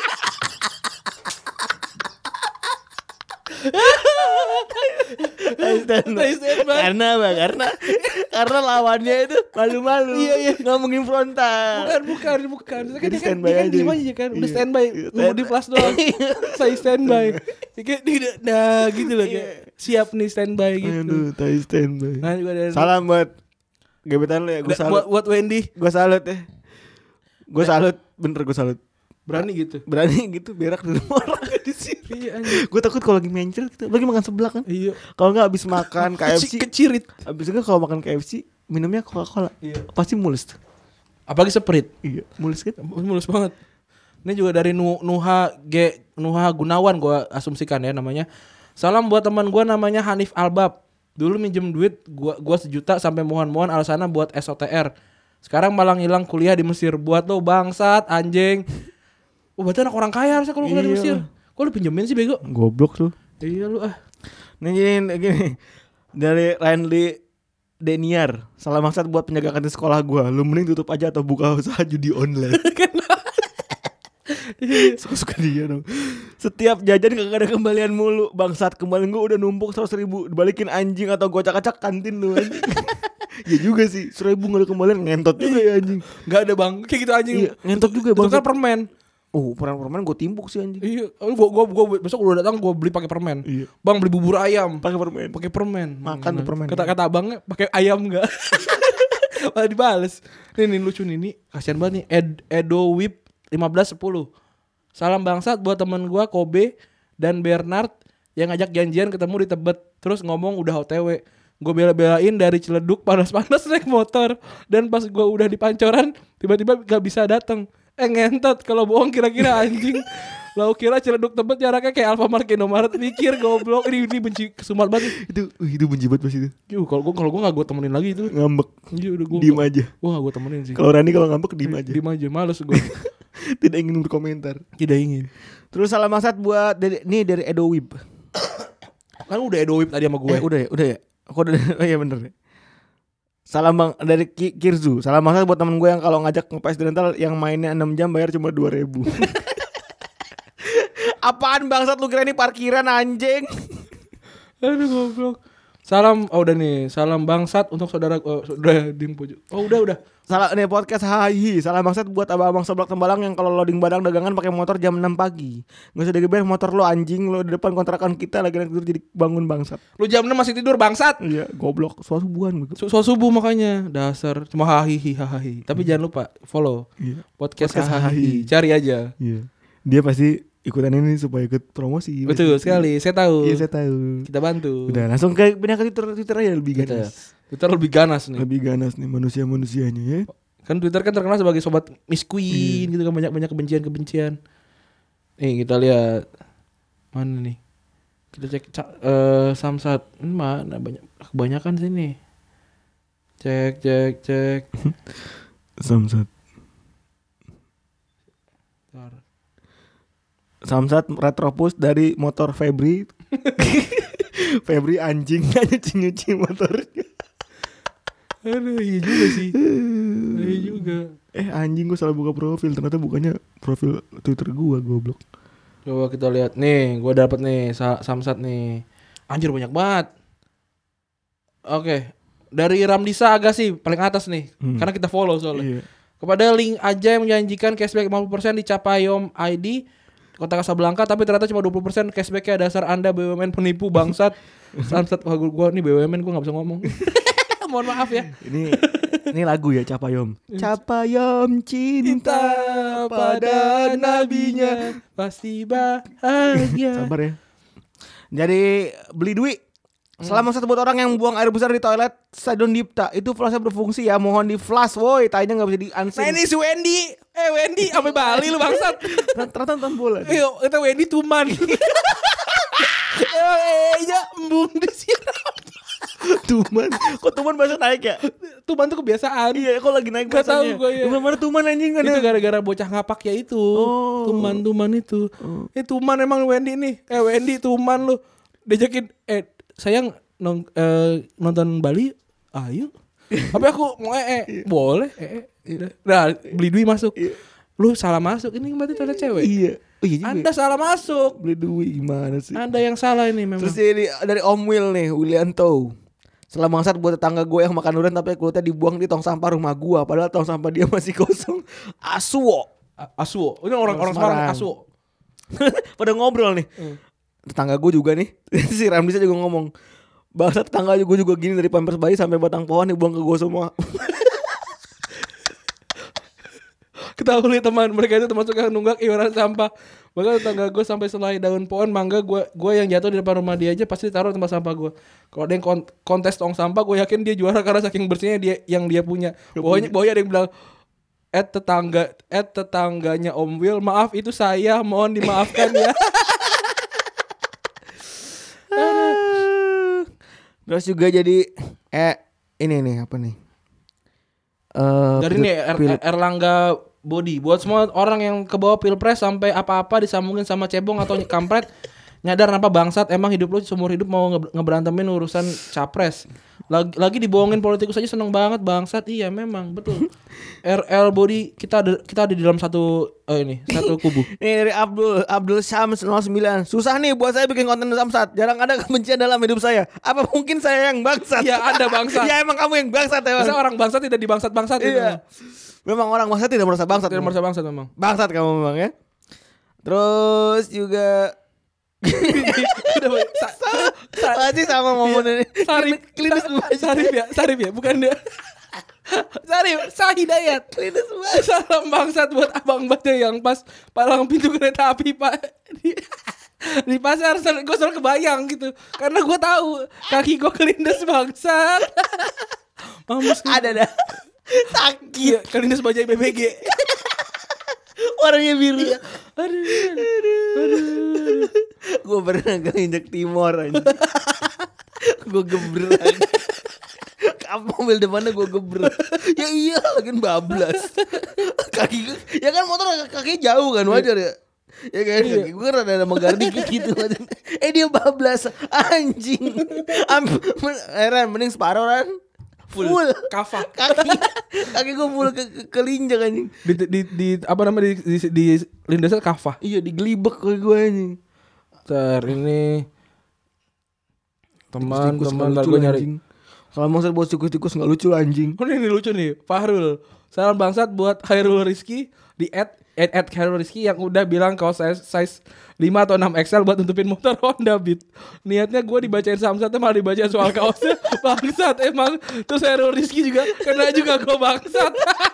Karena apa? Karena lawannya itu malu-malu. Iya. Ngomongin frontal. Bukan. Jadi Dia kan standby aja. diem aja kan. Udah Iya. standby. Nunggu di flash doang. Saya standby. Nah gitu loh kayak siap nih standby gitu. Aduh, tai standby. Nah juga ada. Salam buat gebetan lu ya. Gue salut. Buat Wendy. Gue salut ya. Gue salut. Bener gue salut. Berani gitu. Berak di rumah orang di sini. Iya anjing. Gue takut kalau lagi mencel gitu. Lagi makan seblak kan. Iya. Kalau nggak habis makan KFC. Kecirit. Habis itu kalau makan KFC minumnya Coca-Cola. Iya. Pasti mulus tuh. Apalagi Sprite. Iya, mulus kan? Mulus banget. Ini juga dari Nuha Gunawan gue asumsikan ya namanya. Salam buat teman gue namanya Hanif Albab. Dulu minjem duit gua 1 juta sampai mohon-mohon alasannya buat SOTR. Sekarang malah ngilang kuliah di Mesir. Buat lo bangsat anjing. Oh berarti anak orang kaya harusnya kalau kuliah di Mesir. Kok lu pinjemin sih bego? Goblok tuh. Iya lu ah. Nih gini. Dari Randy Deniar. Salam maksud buat penjaga kantin sekolah gua. Lu mending tutup aja atau buka usaha judi online. Suka-suka dia dong. Setiap jajan kagak ada kembalian mulu. Bangsat, kembalian gua udah numpuk 100.000. Dibalikin anjing atau gua acak-acak kantin lu anjing. Ya juga sih, 1.000 gak ada kembalian. Ngentot juga ya anjing. Gak ada bang, kayak gitu anjing. Iya, ngentot juga bang. Itu kan permen. Oh, permen gue timbuk sih anjing. Iya, gua besok udah datang gua beli pakai permen. Iya. Bang beli bubur ayam. Pakai permen. Pakai permen. Makan tuh permen. Kata abangnya pakai ayam enggak? Malah dibales. Ini lucu nih, kasihan banget nih. Edo Whip 1510. Salam bangsat buat temen gua Kobe dan Bernard yang ngajak janjian ketemu di Tebet. Terus ngomong udah OTW. Gue bela-belain dari Ciledug panas-panas naik motor. Dan pas gue udah di Pancoran tiba-tiba gak bisa datang. Ngentot kalau bohong kira-kira anjing. Lau kira Ciledug Tebet jaraknya kayak Alfamart ke Indomaret. Mikir goblok. Ini benci kesumat banget. Itu benci banget pas itu. Kalau gue gak gue temenin lagi itu. Ngambek. Iya udah gue diem aja. Gue gak gue temenin sih. Kalau Rani kalau ngambek diem aja. Diem aja males gue. Tidak ingin berkomentar. Tidak ingin. Terus salam maksat buat dari Edo Whip. Kan udah Edo Whip tadi sama gue. Udah ya. Aku udah. Oh iya bener. Salam bang dari Kirzu. Salam maksat buat temen gue yang kalau ngajak nge-PS di rental yang mainnya 6 jam bayar cuma 2.000. Apaan bangsat lu kira ini parkiran anjing? Aduh goblok. Salam, udah nih. Salam bangsat untuk saudara udah di pojok. Oh udah. Salam nih podcast hahi. Salam bangsat buat abang-abang seblak Tembalang yang kalau loading badang dagangan pakai motor jam 6 pagi. Enggak usah digeber motor lu anjing, lu di depan kontrakan kita lagi tidur jadi bangun bangsat. Lu jam 6 masih tidur bangsat. Iya, goblok. Soal subuhan begitu. Soal subuh makanya. Dasar cuma hahi. Tapi jangan lupa follow podcast hahi. Cari aja. Iya. Dia pasti ikutan ini supaya ikut promosi. Betul sekali, saya tahu. Iya, saya tahu. Kita bantu. Udah langsung ke pindah ke Twitter aja lebih ganas. Twitter lebih ganas nih. Lebih ganas nih manusia-manusianya ya. Kan Twitter kan terkenal sebagai sobat Miss Queen gitu kan, banyak kebencian. Kita lihat mana nih. Kita cek Samsat. Mana banyak kebanyakan sini. Cek. Samsat. Samsat Retropus dari motor Febri. Febri anjingnya nyuci motornya. Aduh, iya juga sih. Iya juga. Anjing gue salah buka profil, ternyata bukannya profil Twitter gue, goblok. Coba kita lihat nih, gue dapet nih Samsat nih. Anjir banyak banget. Oke, dari Ramdisa Aga sih paling atas nih, karena kita follow soalnya. Iya. Kepada link aja yang menjanjikan cashback 50% di Capayom ID Kota Kasablanka, tapi ternyata cuma 20% cashbacknya. Dasar Anda BUMN penipu bangsat. Samsat, wah gue nih BUMN gue nggak bisa ngomong. Mohon maaf ya. Ini lagu ya, Capayom. Capayom cinta pada nabinya pasti bahagia. Sabar ya. Jadi beli duit. Selama satu buat orang yang buang air besar di toilet Stadion Dipta itu flashnya berfungsi ya, mohon di flash woi, tanya nggak bisa di unseen. Nah ini si Wendy, Wendy sampai Bali lu bangsat. Ternyata nonton bola. Iyo, itu Wendy Tuman. Ya embung disiram. Tuman, kok Tuman bahasa naik ya? Tuman tuh kebiasaan. Iya, kok lagi naik Gak tahu bahasanya. gue ya. Mana Tuman anjing kan? Itu gara-gara bocah ngapak ya itu. Tuman itu. Tuman emang Wendy nih. Wendy Tuman lu. Diajakin sayang nonton Bali, ayo. Tapi aku mau boleh. Nah, beli duit masuk. Lu salah masuk. Ini berarti toilet cewek. Iya. Oh, iya juga. Anda salah masuk. Beli duit gimana sih? Anda yang salah ini memang. Terus ini dari Om Will nih, Willianto. Setelah bangsat buat tetangga gue yang makan durian tapi kulitnya dibuang di tong sampah rumah gue, padahal tong sampah dia masih kosong. Asuo. Ini orang Semarang Asuo. Pada ngobrol nih. Tetangga gue juga nih. Si Ramdisa juga ngomong, bangsat tetangga gue juga gini, dari pampers bayi sampai batang pohon dibuang ke gue semua. Ketahui teman, mereka itu termasuk yang nunggak iuran sampah. Bahkan tetangga gue sampai selai daun pohon mangga gue yang jatuh di depan rumah dia aja pasti taruh di tempat sampah gue. Kalau ada yang kontes tong sampah, gue yakin dia juara karena saking bersihnya dia punya. Pokoknya ada yang bilang tetangganya Om Will, maaf itu saya, mohon dimaafkan ya. Terus juga jadi ini nih apa nih? Dari nih Erlangga Body, buat semua orang yang kebawa pilpres sampai apa-apa disambungin sama cebong atau kampret, nyadar apa bangsat, emang hidup lu seumur hidup mau ngeberantemin urusan capres. Lagi dibohongin politikus aja seneng banget bangsat. Iya memang betul. RL Body kita ada di dalam satu kubu. Ini dari Abdul Syams 09. Susah nih buat saya bikin konten Samsat. Jarang ada kebencian dalam hidup saya. Apa mungkin saya yang bangsat? Ya Anda bangsat. Ya emang kamu yang bangsat ya. Masa orang bangsat tidak dibangsat-bangsat gitu. Iya. Memang orang bangsat tidak merasa bangsat. Tidak merasa bangsat memang. Bangsat kamu memang ya. Terus juga Pasti sama momen ini. Sarif ya, bukan dia. Sahidayat. Salam bangsat buat abang bate yang pas palang pintu kereta api Pak. Di pasar gue selalu kebayang gitu. Karena gue tahu kaki gue kelindes bangsat. Mampus ada dah. Sakit. Kelindes bajai BBG. Warnanya biru. Aduh. Gue pernah keinjak Timor aja. Gue gebrak. Mobil depannya gue gebrak. Ya iya, lagi bablas. Kaki gue, ya kan motor kakinya jauh kan, wajar ya. Ya kan, kaki gue kan ada menggar dikit gitu. Dia bablas, anjing. Heran, mending separuh kan. Full. Kafa. Kaki gue full kelinjak anjing. Di apa namanya di lindasnya kafa. Iya, digelibek kaki gue anjing. Ini teman-teman gue nyari. Kalau mau buat tikus nggak lucu anjing. Oh ini lucu nih, Fahrul. Salam bangsat buat Khairul Rizky di @ Khairul Rizky yang udah bilang kalau size 5 atau 6 XL buat nutupin motor Honda Beat. Niatnya gue dibacain Samsatnya malah dibacain soal kaosnya. Bangsat emang. Terus Khairul Rizky juga kena juga gue bangsat.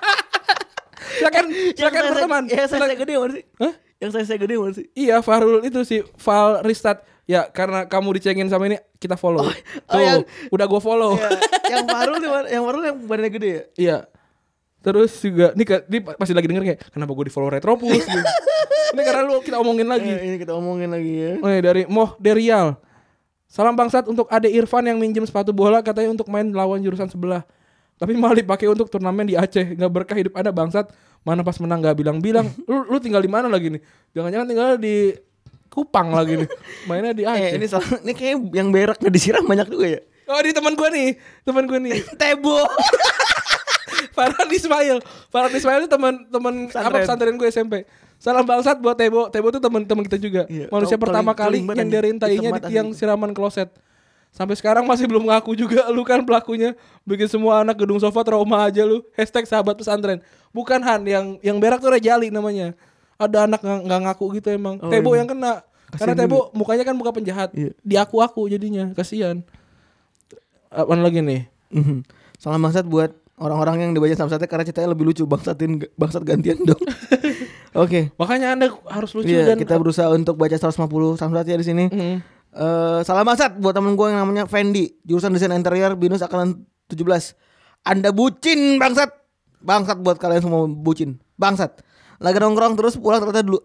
Silakan berteman. Ya saya gede mana sih? Hah? Yang saya gede mana sih? Iya, Fahrul itu sih Val Ristat. Ya karena kamu dicengin sama ini kita follow. Tuh, udah gue follow. Iya. Yang Fahrul yang badannya gede ya? Iya. Terus juga ini masih lagi denger kayak kenapa gue di follow Retropus gitu. Ini karena kita omongin lagi. Ini kita omongin lagi ya. Dari Moh Derial. Salam bangsat untuk Ade Irfan yang minjem sepatu bola katanya untuk main lawan jurusan sebelah. Tapi malah dipakai untuk turnamen di Aceh. Gak berkah hidup Anda bangsat. Mana pas menang gak bilang-bilang. Lu tinggal di mana lagi nih? Jangan-jangan tinggal di Kupang lagi nih. Mainnya di Aceh. Ini kayak yang berak nggak disiram banyak juga ya. Oh, ini teman gue nih. Tebo. Farhan Ismail itu teman apa pesantren gue SMP. Salam bangsat buat Tebo. Tebo tuh teman kita juga. Iya, Manusia pertama kali yang nyenderin tainya di tiang siraman kloset. Sampai sekarang masih belum ngaku juga. Lu kan pelakunya. Bikin semua anak gedung sofa trauma aja lu. #sahabat pesantren. Bukan Han, yang berak tuh Rejali namanya. Ada anak nggak ngaku gitu emang. Tebo yang kena. Karena Tebo mukanya kan muka penjahat. Iya. Diaku-aku jadinya. Kasian. Apaan lagi nih? Salam bangsat buat orang-orang yang dibaca samsatnya karena ceritanya lebih lucu. Bangsat gantian dong. Oke. Makanya Anda harus lucu Iya, dan kita berusaha untuk baca 150 samsat ya di sini. Salam bangsat buat temen gue yang namanya Fendi, jurusan desain interior BINUS angkatan 17. Anda bucin bangsat. Bangsat buat kalian semua bucin. Bangsat. Lagi nongkrong terus pulang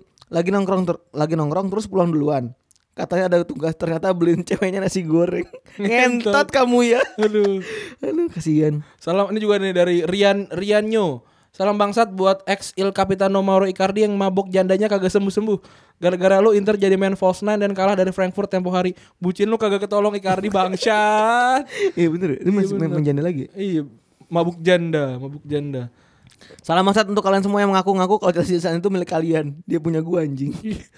terus pulang duluan. Katanya ada tugas, ternyata beliin ceweknya nasi goreng. Ngentot kamu ya. Aduh, kasihan. Salam ini juga nih dari Rianyo. Salam bangsat buat ex Il Capitano Mauro Icardi yang mabok jandanya kagak sembuh-sembuh. Gara-gara lu Inter jadi main false nine dan kalah dari Frankfurt tempo hari. Bucin lu kagak ketolong Icardi bangsat. Iya bener. Ini masih main janda lagi. Iya, mabuk janda. Salam bangsat untuk kalian semua yang mengaku-ngaku kalau Chelsea saat itu milik kalian. Dia punya gua anjing.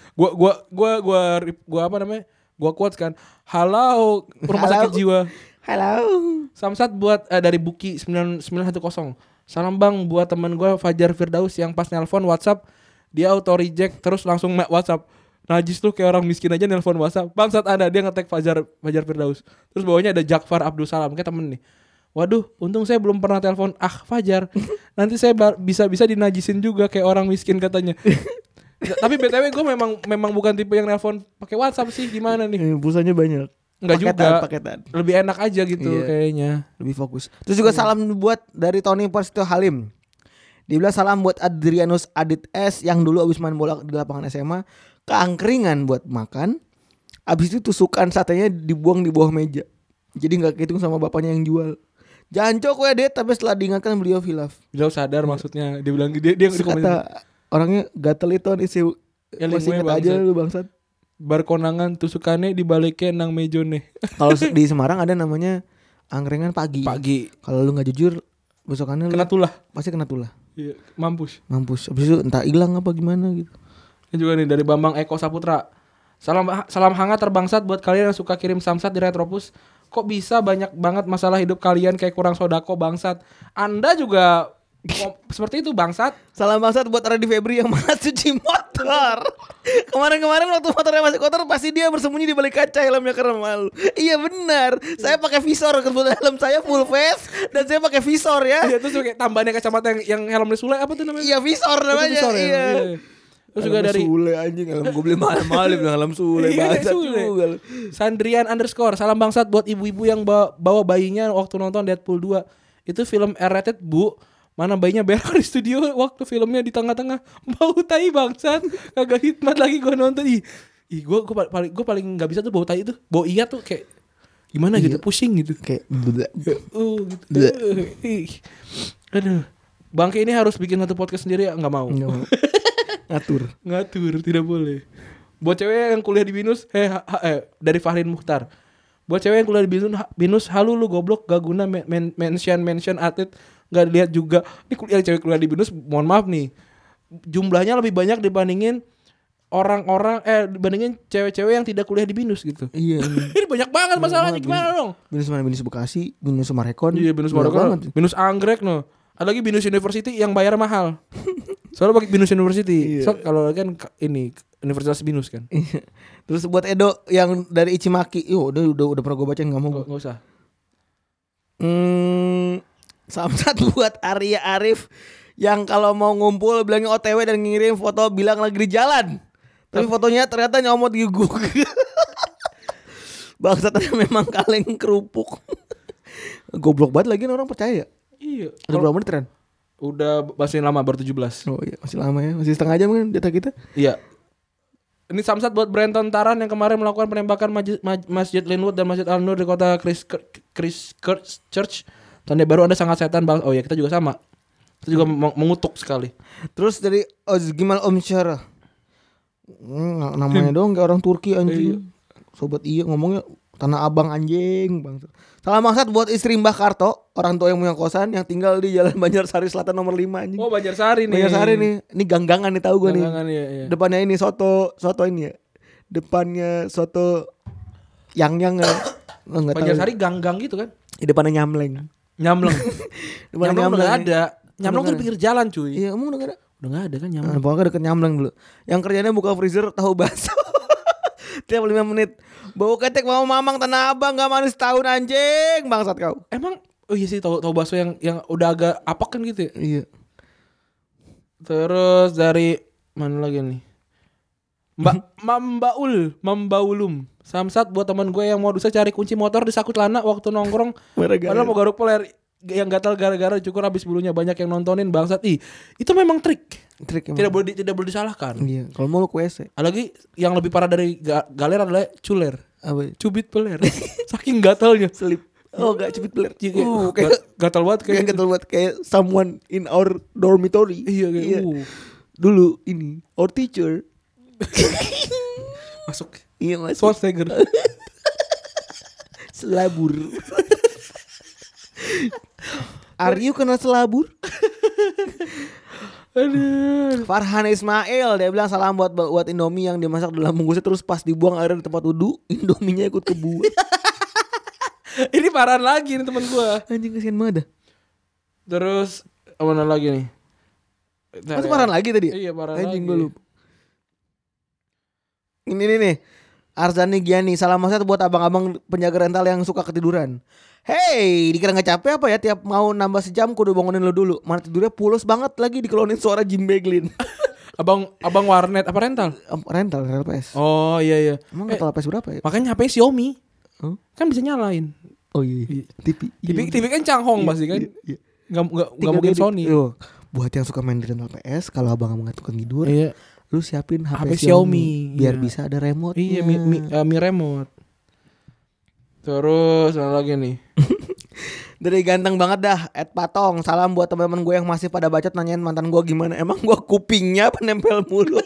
Gua apa namanya? Gua quotes kan. Halo rumah sakit jiwa. Halo. Samsat buat dari Buki 9910. Salam bang buat temen gue Fajar Firdaus yang pas nelpon WhatsApp dia auto reject terus langsung WhatsApp. Najis tuh kayak orang miskin aja nelpon WhatsApp. Bangsat Anda, dia nge-tag Fajar Firdaus. Terus bawahnya ada Jakfar Abdul Salam kayak temen nih. Waduh, untung saya belum pernah telepon Fajar. Nanti saya bisa dinajisin juga kayak orang miskin katanya. Tapi BTW gue memang bukan tipe yang nelpon pakai WhatsApp sih, gimana nih? Pulsanya banyak. Enggak paketan. Lebih enak aja gitu kayaknya. Lebih fokus. Terus juga salam buat dari Tony Persito Halim. Dia bilang salam buat Adrianus Adit S yang dulu abis main bola di lapangan SMA keangkringan buat makan. Abis itu tusukan satenya dibuang di bawah meja. Jadi gak kehitung sama bapaknya yang jual. Jancok ya Det, tapi setelah diingatkan beliau hilaf. Beliau sadar maksudnya. Dia bilang dia kata orangnya gatel itu isi masih ingat aja lu bangsat. Berkonangan tusukannya dibaliknya nang mejone. Kalau di Semarang ada namanya angkringan pagi. Kalau lu nggak jujur besokannya kena tulah. Pasti kena tulah. Iya, mampus. Habis itu entah hilang apa gimana gitu. Ini juga nih dari Bambang Eko Saputra. Salam hangat terbangsat buat kalian yang suka kirim samsat di Retropus. Kok bisa banyak banget masalah hidup kalian kayak kurang sodako bangsat. Anda juga seperti itu bangsat. Salam bangsat buat Radhi Febri yang malas cuci motor. Kemarin waktu motornya masih kotor pasti dia bersembunyi di balik kaca helmnya karena malu. Iya benar. Saya pakai visor, kebetulan helm saya full face dan saya pakai visor ya. Iya terus kayak tambahannya kacamata yang helmnya Sule apa tuh namanya? Iya visor namanya. Visor, ya? Iya. Terus juga dari Sule anjing helm gue beli mahal-mahal bilang helm Sule bangsat juga. Sandrian _ salam bangsat buat ibu-ibu yang bawa bayinya waktu nonton Deadpool 2. Itu film R-rated bu. Mana bayinya berak di studio waktu filmnya di tengah-tengah bau tai bangsat. Kagak hikmat lagi gue nonton. Gue paling nggak bisa tuh bau tai itu. Bau iya tuh kayak gimana gitu, pusing gitu. Kayak gitu. Aduh. Bangke ini harus bikin satu podcast sendiri ya? Nggak mau. Ngatur, tidak boleh. Buat cewek yang kuliah di BINUS, dari Fahrin Mukhtar. Buat cewek yang kuliah di BINUS, halu lu goblok gak guna mention atlet nggak dilihat juga. Ini kuliah cewek kuliah di BINUS, mohon maaf nih, jumlahnya lebih banyak dibandingin dibandingin cewek-cewek yang tidak kuliah di BINUS gitu. Iya. Ini banyak banget masalahnya, gimana dong? BINUS mana? BINUS Bekasi, BINUS Marekon. Iya, BINUS Marekon, BINUS Anggrek no. Ada lagi BINUS University yang bayar mahal. Soalnya pakai BINUS University. So kalau kan ini Universitas BINUS kan. Terus buat Edo yang dari Ichimaki, udah pernah gue baca nggak mau. Nggak usah. Samsat buat Arya Arif yang kalau mau ngumpul bilangnya OTW dan ngirim foto bilang lagi di jalan. Tapi fotonya ternyata nyomot di Google. Bangsatnya memang kaleng kerupuk. Goblok banget lagi orang percaya. Iya. Udah berapa menit Ren? Udah masih lama, baru 17. Oh iya masih lama ya. Masih setengah jam kan data kita. Iya. Ini samsat buat Brenton Taran yang kemarin melakukan penembakan Masjid Linwood dan Masjid Al-Nur di kota Christchurch. Tanda baru Anda sangat setan bang. Oh ya kita juga sama. Kita juga mengutuk sekali. Terus dari Ozgimal Omsyara. Namanya doang kayak orang Turki anjing. Sobat iya ngomongnya Tanah Abang anjing bang. Salam bangsat buat istri Mbah Karto, orang tua yang punya kosan yang tinggal di Jalan Banjarsari Selatan nomor 5 anjing. Oh Banjarsari nih. Banjarsari nih. Ini ganggangan nih tahu gue nih. Ganggangan, iya. Depannya ini soto ini ya. Depannya soto yang enggak tahu. Banjarsari ganggang gitu kan? Di depannya Nyamleng. Nyamleng. Depannya Nyamleng udah Nyamleng. ada. Nyamleng tuh di pinggir jalan cuy. Iya, emang udah enggak ada. Udah gak ada kan Nah, Nyamleng. pokoknya deket Nyamleng dulu. Yang kerjanya buka freezer tahu bakso. Tiap 5 menit. Bau ketek mau mamang Tanah Abang gak manis tahun anjing. Bangsat kau. Emang oh iya sih tahu bakso yang udah agak apak kan gitu ya. Iya. Terus dari mana lagi nih? Mambaulum. Samsat buat teman gue yang modusnya cari kunci motor di saku celana waktu nongkrong. Padahal mau garuk peler yang gatal gara-gara cukur habis bulunya banyak yang nontonin bangsat. Itu memang trik Emang. tidak boleh disalahkan. Iya. Kalau mau lu ke WC. Lagi yang lebih parah dari galer adalah culer. Apa? Cubit peler. Saking gatalnya. Selip. Oh gak cepet beler. Kayak gatal banget Kayak gatel banget kayak someone in our dormitory. Iya kayak Dulu ini our teacher. masuk. Iya masuk. Schwarzenegger. Selabur. Are you kena selabur? Aduh. Farhan Ismail dia bilang salam buat Indomie yang dimasak dalam bungkusnya terus pas dibuang airnya di tempat wudhu Indominya ikut kebuang. Ini parahan lagi nih teman gua. Anjing kasihan banget dah. Terus mana lagi nih? Itu parahan lagi tadi? Iya parahan Anjing lagi. gue lupa. Ini nih Arzani Giani, salam maksud buat abang-abang penjaga rental yang suka ketiduran. Hey, dikira gak capek apa ya tiap mau nambah sejam kudu bangunin lo dulu. Mana tidurnya pulos banget lagi dikelonin suara Jim Beglin. abang warnet apa rental? rental PS. Oh iya. Emang rental PS berapa ya? Makanya HP Xiaomi. Huh? Kan bisa nyalain. Oh iya. TV kan Changhong pasti kan. Iya. Gak mungkin Sony. Yo, buat yang suka main di rental PS, kalau abang-abang tukang tidur, Iya. lu siapin HP Xiaomi, biar iya. bisa ada remote. Iya, Mi remote. Terus mana lagi nih? Dari ganteng banget dah Ed Patong. Salam buat teman-teman gue yang masih pada bacot nanyain mantan gue gimana. Emang gue kupingnya apa nempel mulu.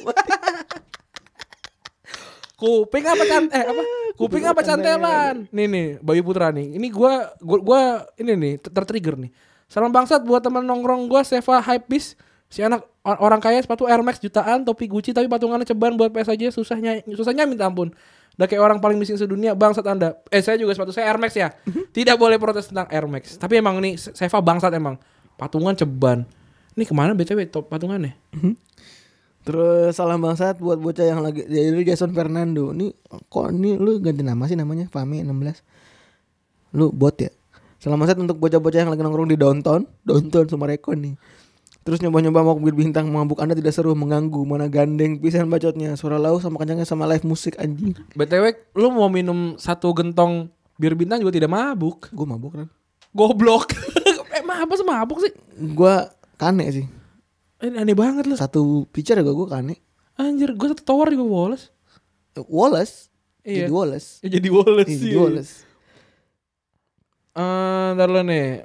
Kuping apa Kuping apa cantelan? Nih Bayu Putra nih. Ini gua ini nih tertrigger nih. Salam bangsat buat teman nongkrong gua Seva Hypebeast. Si anak orang kaya sepatu Air Max jutaan, topi Gucci tapi patungannya ceban buat PS aja susahnya minta ampun. Udah kayak orang paling miskin sedunia bangsat Anda. Saya juga sepatu saya Air Max ya. Tidak boleh protes tentang Air Max. Tapi emang nih Seva bangsat emang. Patungan ceban. Ini kemana BTW top patungannya? Terus salam bangsat buat bocah yang lagi jadi Jason Fernando. Nih kok ini lu ganti nama sih namanya Fami 16. Lu bot ya. Salam bangsat untuk bocah-bocah yang lagi nongkrong di downtown Sumarekon nih. Terus nyoba-nyoba mau mobil bintang mabuk Anda tidak seru mengganggu mana gandeng pisan bacotnya suara lau sama kencangnya sama live musik anjing. BTW lu mau minum 1 gentong bir bintang juga tidak mabuk. Gue mabuk kan. Goblok. Apa sih mabuk sih? Gue kane sih. Ini aneh banget lu. 1 pitcher ya gue kane. Anjir, gue 1 tower juga Wallace. Wallace. Iya. Jadi Wallace. Jadi Wallace. Iya, jadi Wallace. Ntar lo nih.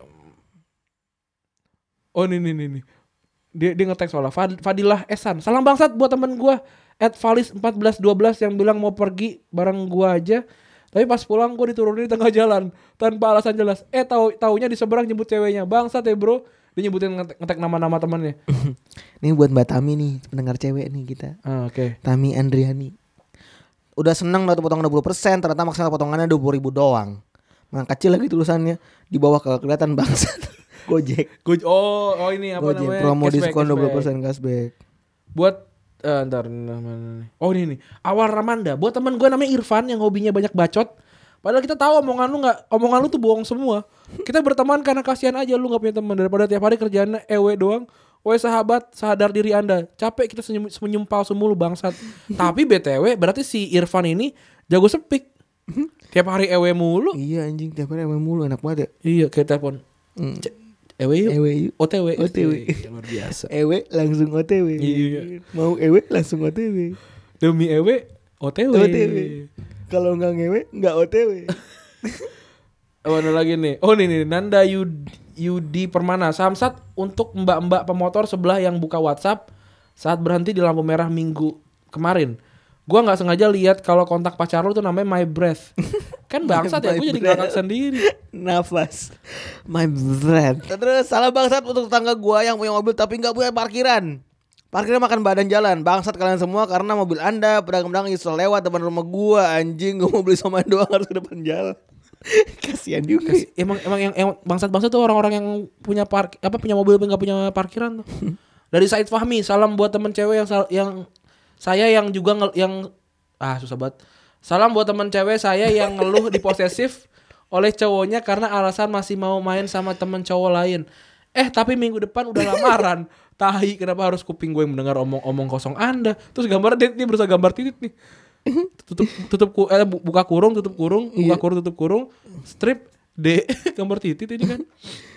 Oh nih. Dia nge-tag soalnya Fadilah Esan. Salam bangsat buat temen gue @valis1412 yang bilang mau pergi bareng gue aja. Tapi pas pulang gue diturunin di tengah jalan tanpa alasan jelas. Taunya di seberang jemput ceweknya. Bangsat ya bro. Dia nyebutin ngetek nama-nama temannya. Ini buat Mbak Tami nih, pendengar cewek nih kita. Oke. Tami Andriani. Udah seneng dapat potongan 20%, ternyata maksimal potongannya 20.000 doang. Nah, kecil lagi tulisannya di bawah kelihatan bangsat. Gojek. Oh ini apa Gojek. namanya? Promo Cashback, diskon cashback. 20% cashback. Buat ntar mana nih? Oh ini nih. Awal Ramanda. Buat teman gue namanya Irfan yang hobinya banyak bacot. Padahal kita tahu omongan lu tuh bohong semua. Kita berteman karena kasihan aja lu gak punya teman daripada tiap hari kerjaannya ewe doang. Woi sahabat, sadar diri Anda. Capek kita senyum palsu mulu bangsat. Tapi BTW berarti si Irfan ini jago sepik. Tiap hari ewe mulu. Iya anjing, tiap hari emang mulu enak banget ya. Iya kayak telepon. Ewe yuk. Ewe yuk. OTW. OTW. Luar biasa. Ewe langsung OTW. Iya. Mau ewe langsung OTW. Demi ewe OTW. Kalau nggak ngewe nggak OTW. Mana lagi nih? Oh nih Nanda Yudi Permana. Samsat untuk mbak-mbak pemotor sebelah yang buka WhatsApp saat berhenti di lampu merah minggu kemarin. Gua nggak sengaja lihat kalau kontak pacar lu tuh namanya My Breath. Kan bangsat ya, gue jadi ngakak sendiri. Nafas. My breath. Terus salah bangsat untuk tetangga gua yang punya mobil tapi nggak punya parkiran. Parkirnya makan badan jalan. Bangsat kalian semua karena mobil Anda pedagang-pedagang nyusul lewat depan rumah gua. Anjing, gua mau beli somai doang harus ke depan jalan. Kasihan juga. Emang yang bangsat-bangsat tuh orang-orang yang punya punya mobil tapi nggak punya parkiran tuh. Dari Said Fahmi, salam buat temen cewek yang saya yang juga susah banget. Salam buat temen cewek saya yang ngeluh diposesif oleh cowoknya karena alasan masih mau main sama temen cowok lain. Tapi minggu depan udah lamaran. Tahi, kenapa harus kuping gue yang mendengar omong kosong Anda? Terus gambar dia berusaha gambar titit nih. Buka kurung, tutup kurung, buka kurung, tutup kurung, strip D gambar titit ini kan.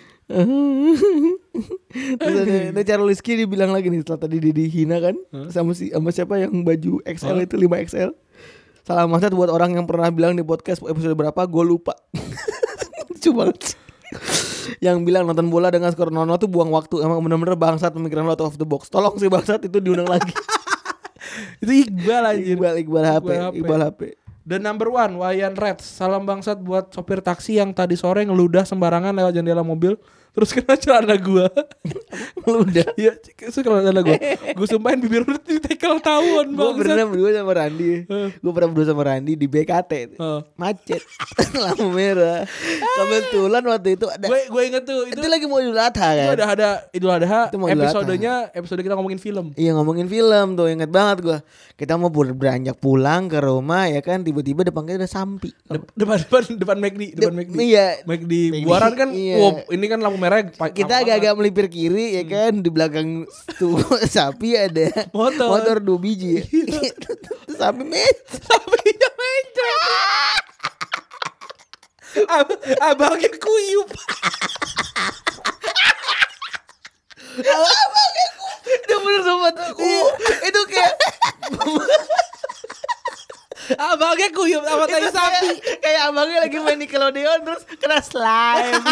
Terus ada Charliski dibilang lagi nih setelah tadi dihina kan sama siapa yang baju XL itu 5XL. Salah maksud buat orang yang pernah bilang di podcast episode berapa gue lupa. Lucu banget. Yang bilang nonton bola dengan skor 0-0 tuh buang waktu. Emang bener-bener bangsat pemikiran lo out of the box. Tolong sih bangsat itu diundang lagi. Itu Iqbal anjir. Iqbal HP. Dan number 1 Wayan Reds. Salam bangsat buat sopir taksi yang tadi sore ngeludah sembarangan lewat jendela mobil. Terus kena celana gua. Ngeludah. Iya, itu celana gua. Gua sumpahin bibir lu ditekel tawon Gue bangsat. pernah berdua sama Randy di BKT. Macet. Lampu merah. Kebetulan waktu itu ada. Gue inget tuh Itu lagi mau Idul Adha kan. Itu ada Idul Adha. Itu mau Idul Adha. Episode kita ngomongin film. Iya ngomongin film tuh, inget banget gue. Kita mau beranjak pulang ke rumah ya kan, tiba-tiba depan kita ada Sampi. Depan McD. Iya. McD Buaran kan. Iya. Wow, ini kan lampu merah. Kita agak-agak melipir kiri ya kan, di belakang tuh Sapi ada motor 2 biji. Terus Sapinya mencret. Abangnya kuyup. Itu bener sobat. Itu kayak abangnya kuyup sama tai sapi. Kayak abangnya lagi main Nickelodeon terus kena slime.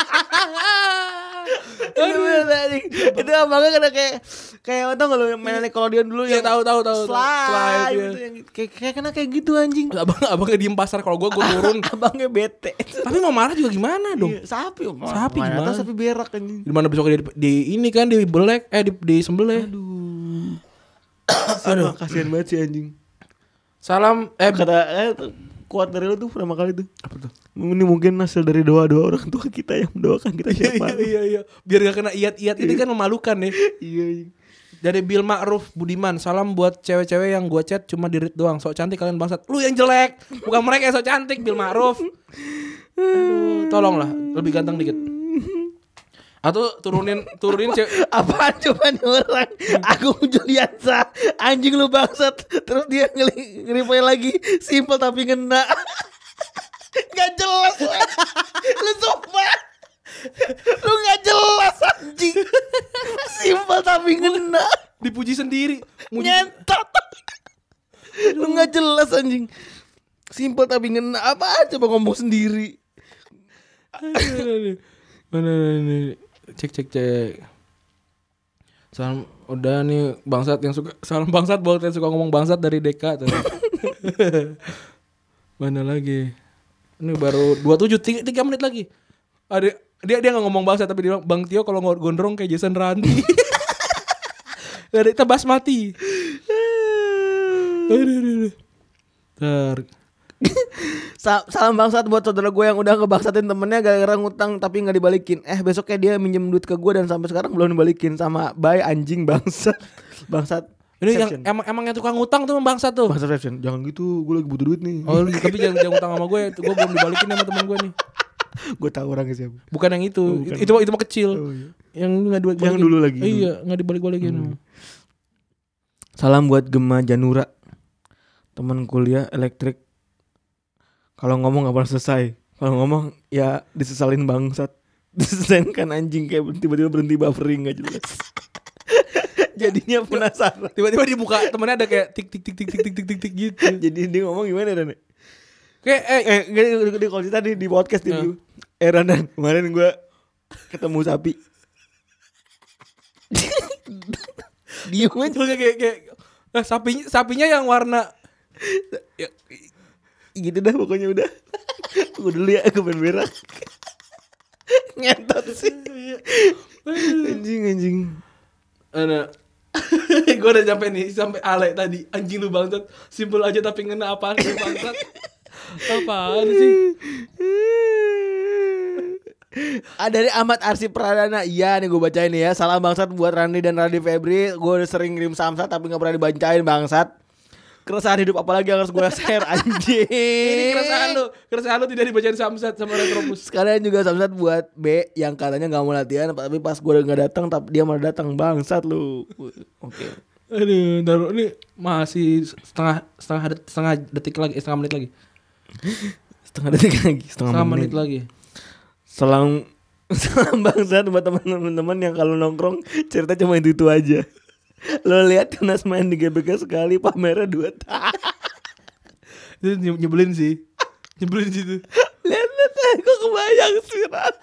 Itu abangnya kena kayak tau kalau main Nickelodeon dulu ya, yang tahu slime ya. gitu, yang kayak kena kayak gitu anjing. Abangnya diem pasar, kalau gue turun. Abangnya bete. Tapi mau marah juga gimana dong? Sapi gimana? Atau sapi berak anjing. Di mana besoknya di ini kan di belek di sembelih. Aduh, kasihan banget sih anjing. Salam kata kuat dari lu tuh pertama kali tuh. Apa tuh? Ini mungkin hasil dari doa-doa orang tua kita yang mendoakan kita siapa. Iya. Biar gak kena iat-iat ini kan memalukan ya. Iya. Dari Bil Ma'ruf Budiman, salam buat cewek-cewek yang gua chat cuma di read doang. Sok cantik kalian bangsat. Lu yang jelek, bukan mereka yang sok cantik. Bil Ma'ruf. Aduh, tolonglah lebih ganteng dikit. Atau turunin cewek. Apaan coba nih orang? Agung Juliansa, anjing lu bangsat. Terus dia nge-reply lagi, simple tapi ngena. Gak jelas lu sumpah. Lu gak jelas anjing. Simple tapi ngena. Dipuji sendiri. Nyentot. Lu gak jelas anjing. Simple tapi ngena. Apaan coba ngomong sendiri. Mana nih? Cek. Salam udah nih bangsat yang suka. Salam bangsat buat yang suka ngomong bangsat dari Deka tuh. Mana lagi? Ini baru 27 3 menit lagi. Ada dia enggak ngomong bangsat tapi dia bilang Bang Tio kalau gondrong kayak Jason Ranti. Dari tebas mati. Aduh. Salam bangsat buat saudara gue yang udah ngebangsatin temennya gara-gara ngutang tapi gak dibalikin. Besoknya dia minjem duit ke gue dan sampai sekarang belum dibalikin. Sama bye anjing bangsat. Bangsat. Ini yang emang yang tukang ngutang tuh bangsat tuh. Bangsat Reception. Jangan gitu, gue lagi butuh duit nih. Oh tapi jangan ngutang sama gue. Gue belum dibalikin sama teman gue nih. Gue tahu orangnya siapa. Bukan yang itu. Itu mah kecil. Oh, iya. Yang gak dibalikin. Yang dulu lagi. Iya gak dibalik-balikin. Salam buat Gema Janura, teman kuliah elektrik. Kalau ngomong gak pernah selesai. Kalau ngomong ya disesalin bangsat. Disesalin kan anjing kayak tiba-tiba berhenti buffering gak jelas. Jadinya penasaran. Tiba-tiba di muka temennya ada kayak tik gitu. Jadi dia ngomong gimana Ran? Kayak dia kalau cerita di podcast dia. Ran, kemarin gue ketemu sapi. Diem aja kayak sapinya yang warna Gitu dah pokoknya udah. Gue dulu ya, gue pengen berak. Ngentot sih. Anjing. Ada. Gue udah sampai Ale tadi. Anjing lu bangsat. Simpel aja tapi ngena apaan sih bangsat. Apaan sih? Dari Ahmad Arsip Pradana. Iya nih gue bacain nih ya. Salam bangsat buat Randy dan Radhi Febri. Gue udah sering ngirim samsat tapi gak pernah dibacain bangsat. Keresahan hidup apalagi yang harus gue share anjing. Ini keresahan lu tidak dibacain samsat sama Retropus. Sekalian juga samsat buat B yang katanya gak mau latihan tapi pas gue udah gak datang tapi dia malah datang bangsat lu. Oke. Aduh, taruh ini masih setengah detik lagi, setengah menit lagi. Setengah menit lagi. Salam bangsat buat teman-teman yang kalau nongkrong cerita cuma itu aja. Lo lihat Tunas main di GBK sekali pamernya 2 tahun. Itu nyebelin sih. Nyebelin sih itu. Lihat kok kebayang sih Ran.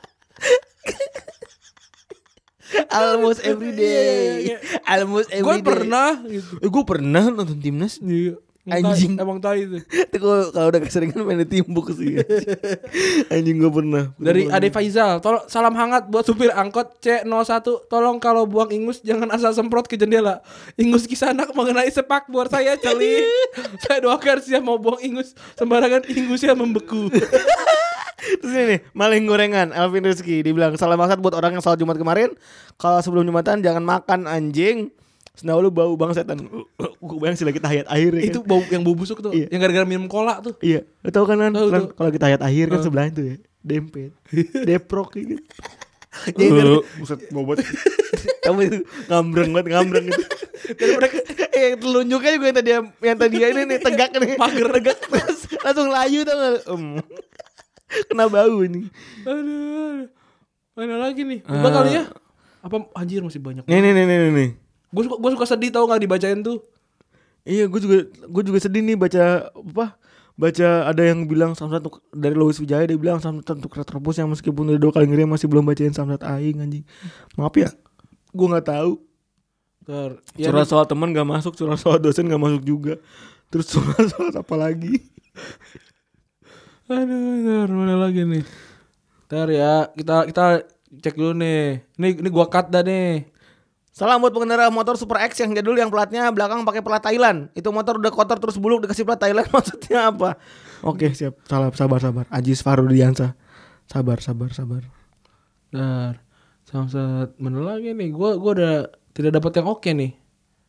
Almost every day. Almost every day. Gue pernah gitu. Gue pernah nonton timnas. Iya. Anjing. Emang tai itu. Itu kalau udah keseringan main ditimbuk sih. Anjing gue pernah. Dari Ade Faizal, tolong salam hangat buat supir angkot C01. Tolong kalau buang ingus jangan asal semprot ke jendela. Ingus kisanak mengenai sepak board saya celi. Saya doakan siap mau buang ingus sembarangan ingusnya membeku. Terus ini nih, maling gorengan Alvin Rizky dibilang salam bangsat buat orang yang sholat Jumat kemarin. Kalau sebelum Jumatan jangan makan anjing. Senau lu bau bangsetan. Gue bayang sih lagi tahiyat akhir ya. Itu bau yang bau busuk tuh. Iya. Yang gara-gara minum cola tuh. Iya. Lu tau kan Tahu. kalau kita tahiyat akhir kan sebelahan tuh ya. Dempet. Deprok gitu. Buset bobot. Kamu itu ngambreng gitu. Dan mereka Telunjuknya juga yang tadi ini nih tegak nih. Mager tegak terus langsung layu tau gak. Kena bau ini. aduh. Mana lagi nih? Coba kali ya. Apa anjir masih banyak. Nih. Gue suka sedih tau gak dibacain tuh. Iya, gue juga sedih nih baca ada yang bilang samsat dari Louis Wijaya, dia bilang samsat untuk Retropus yang meskipun udah 2 kali ngirim masih belum bacain samsat aing anjing. Maaf ya. Gue enggak tahu. Curhat soal teman enggak masuk, curhat soal dosen enggak masuk juga. Terus curhat soal apa lagi? Aduh, mana lagi nih? Ntar ya, kita cek dulu nih. Ini gua cut dah nih. Salam buat pengendara motor Super X yang jadul yang platnya belakang pakai plat Thailand. Itu motor udah kotor terus buluk dikasih plat Thailand maksudnya apa? Oke, siap. Sabar. Ajis Farudiansa. Sabar. Ntar, samsat mana lagi nih? Gua udah tidak dapat yang oke nih.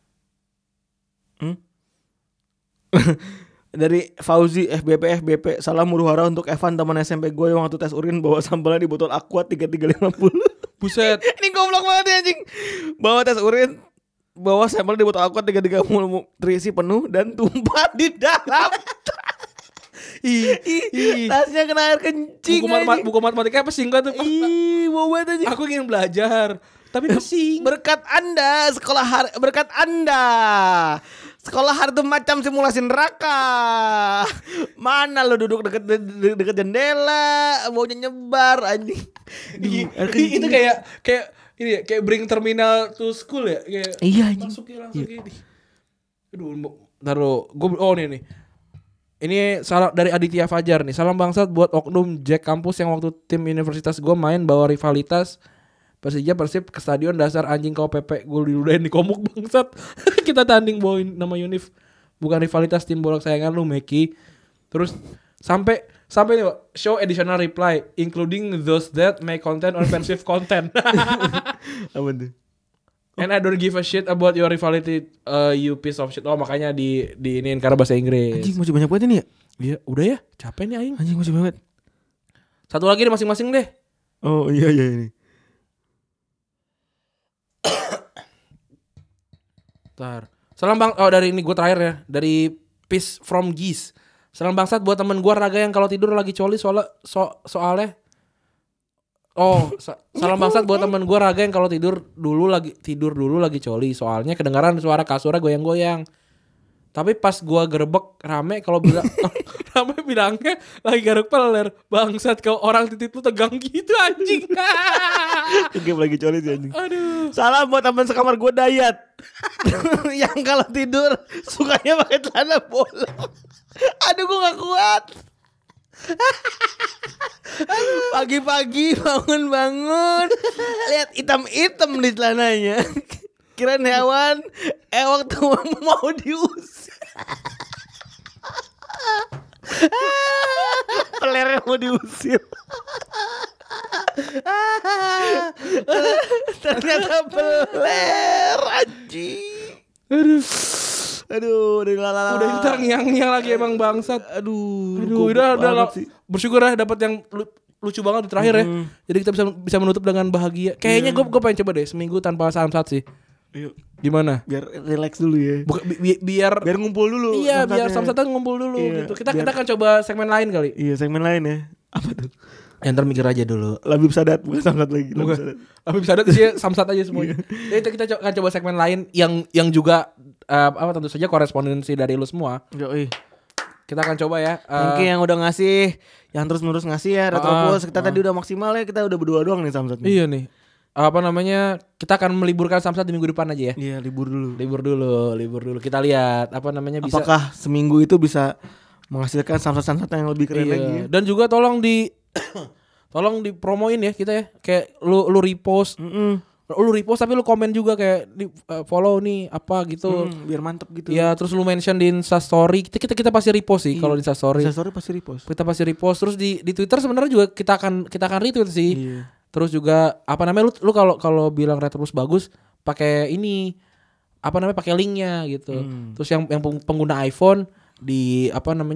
Dari Fauzi FBP salam huru hara untuk Evan teman SMP gue yang waktu tes urin bawa sampelnya di botol Aqua 3350. Buset. Ini goblok banget ya anjing. Bawa tes urin, bawa sampel di botol Aqua 3350 terisi penuh dan tumpah di dalam. Tasnya kena air kencing. Buku matematika pesing gua tuh. Mau banget aja. Aku ingin belajar, tapi pesing. Berkat Anda sekolah harta macam simulasi neraka. Mana lo duduk deket jendela, baunya nyebar anjing. Itu kayak ini ya, kayak bring terminal to school ya, kayak iya anjing. Langsung ini. Aduh, taruh nih. Ini salam dari Aditya Fajar nih. Salam bangsat buat oknum Jack kampus yang waktu tim universitas gue main bawa rivalitas Persija Persib ke stadion dasar anjing kau Pepe gue diludahin di komuk bangsat. Kita tanding bawain nama Unif. Bukan rivalitas tim bola kesayangan lu Meki. Terus sampai nih show additional reply including those that may content offensive content. Apa tuh? And I don't give a shit about your rivalry, you piece of shit. Oh makanya diinin karena bahasa Inggris. Anjing masih banyak banget ini ya? Iya udah ya capek nih aing. Anjing masih banget. Satu lagi deh masing-masing deh. Oh iya ini. Bentar. Salam bang, dari ini gue terakhir ya, dari Peace from Geese. Salam bangsat buat temen gue Raga yang kalau tidur lagi coli soalnya. Salam bangsat buat temen gue Raga yang kalau tidur dulu lagi coli soalnya kedengaran suara kasurnya goyang-goyang. Tapi pas gua gerebek rame kalau bilang rame bilangnya lagi garuk peler. Bangsat kau orang titik lu tegang gitu anjing. Game lagi colit ya anjing. Aduh. Salam buat teman sekamar gue Dayat. Yang kalau tidur sukanya pakai celana bolong. Aduh gue gak kuat. Pagi-pagi bangun-bangun lihat hitam-hitam di celananya. Kirain hewan waktu mau diusir. Pelernya mau diusir. Ternyata peler anjing. Aduh, Udah ntar yang lagi emang bangsat. Aduh, udah bersyukur ya dapat yang lucu banget di terakhir ya. Jadi kita bisa menutup dengan bahagia. Kayaknya gue pengen coba deh seminggu tanpa Samsat sih. Yuk. Gimana? Biar relax dulu ya. Biar ngumpul dulu. Iya, biar Samsatan ngumpul dulu gitu. Kita akan coba segmen lain kali. Iya, segmen lain ya. Apa tuh? Ya, ntar mikir aja dulu. Labib Sadat bukan Samsat lagi. Labib Sadat sih Samsat aja semuanya. Jadi kita akan coba segmen lain yang juga tentu saja korespondensi dari lu semua. Yoi. Kita akan coba ya. Thank you yang udah ngasih, yang terus-menerus ngasih ya Retropus. Kita tadi udah maksimal ya, kita udah berdua doang nih Samsat. Iya nih. Kita akan meliburkan Samsat di minggu depan aja ya. Iya, libur dulu. Libur dulu. Kita lihat bisa. Apakah seminggu itu bisa menghasilkan Samsat yang lebih keren lagi ya? Dan juga tolong tolong dipromoin ya kita ya. Kayak lu repost. Lu repost tapi lu komen juga kayak di follow nih apa gitu. Biar mantep gitu. Ya, terus lu mention di Instastory. Kita pasti repost sih kalau di Instastory. Instastory pasti repost. Kita pasti repost. Terus di Twitter sebenarnya juga kita akan retweet sih. Iya. Terus juga lu kalau bilang Retropus bagus pakai ini pakai linknya gitu. Terus yang pengguna iPhone di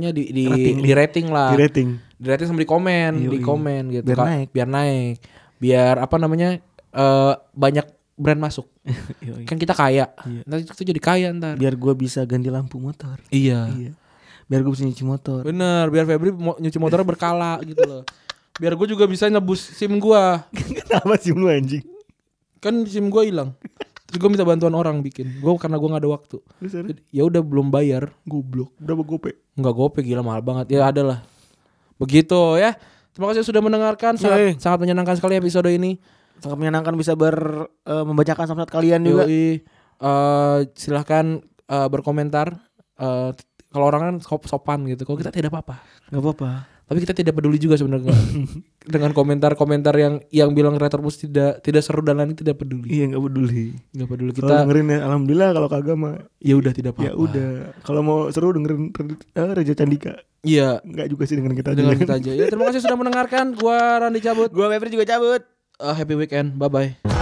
rating lah. Di rating sama di komen gitu. Biar naik. Biar banyak brand masuk. Kan kita kaya. Nanti itu jadi kaya ntar. Biar gue bisa ganti lampu motor. Iya. Biar gue bisa nyuci motor. Bener, biar Febri nyuci motornya berkala gitu loh. Biar gue juga bisa nebus SIM gue. Kenapa SIM lu anjing? Kan SIM gue hilang. Terus gue minta bantuan orang bikin. Karena gue gak ada waktu. Ya udah belum bayar. Goblok. Berapa gope? Enggak gope, gila mahal banget. Ya adalah. Begitu ya. Terima kasih sudah mendengarkan. Sangat menyenangkan sekali episode ini. Sangat menyenangkan bisa membacakan Samsat kalian juga. Silahkan berkomentar. Kalau orang kan sopan gitu. Kalau kita tidak apa-apa. Gak apa-apa. Tapi kita tidak peduli juga sebenarnya dengan komentar-komentar yang bilang Retropus tidak seru dan lain tidak peduli. Iya, nggak peduli. Kita dengerin ya. Alhamdulillah, kalau kagak mah ya udah tidak apa-apa. Ya udah. Kalau mau seru dengerin Reja Candika. Iya. Nggak juga sih dengerin kita aja. Ya, terima kasih sudah mendengarkan. Gua Randy cabut. Gua Febri juga cabut. Happy weekend. Bye bye.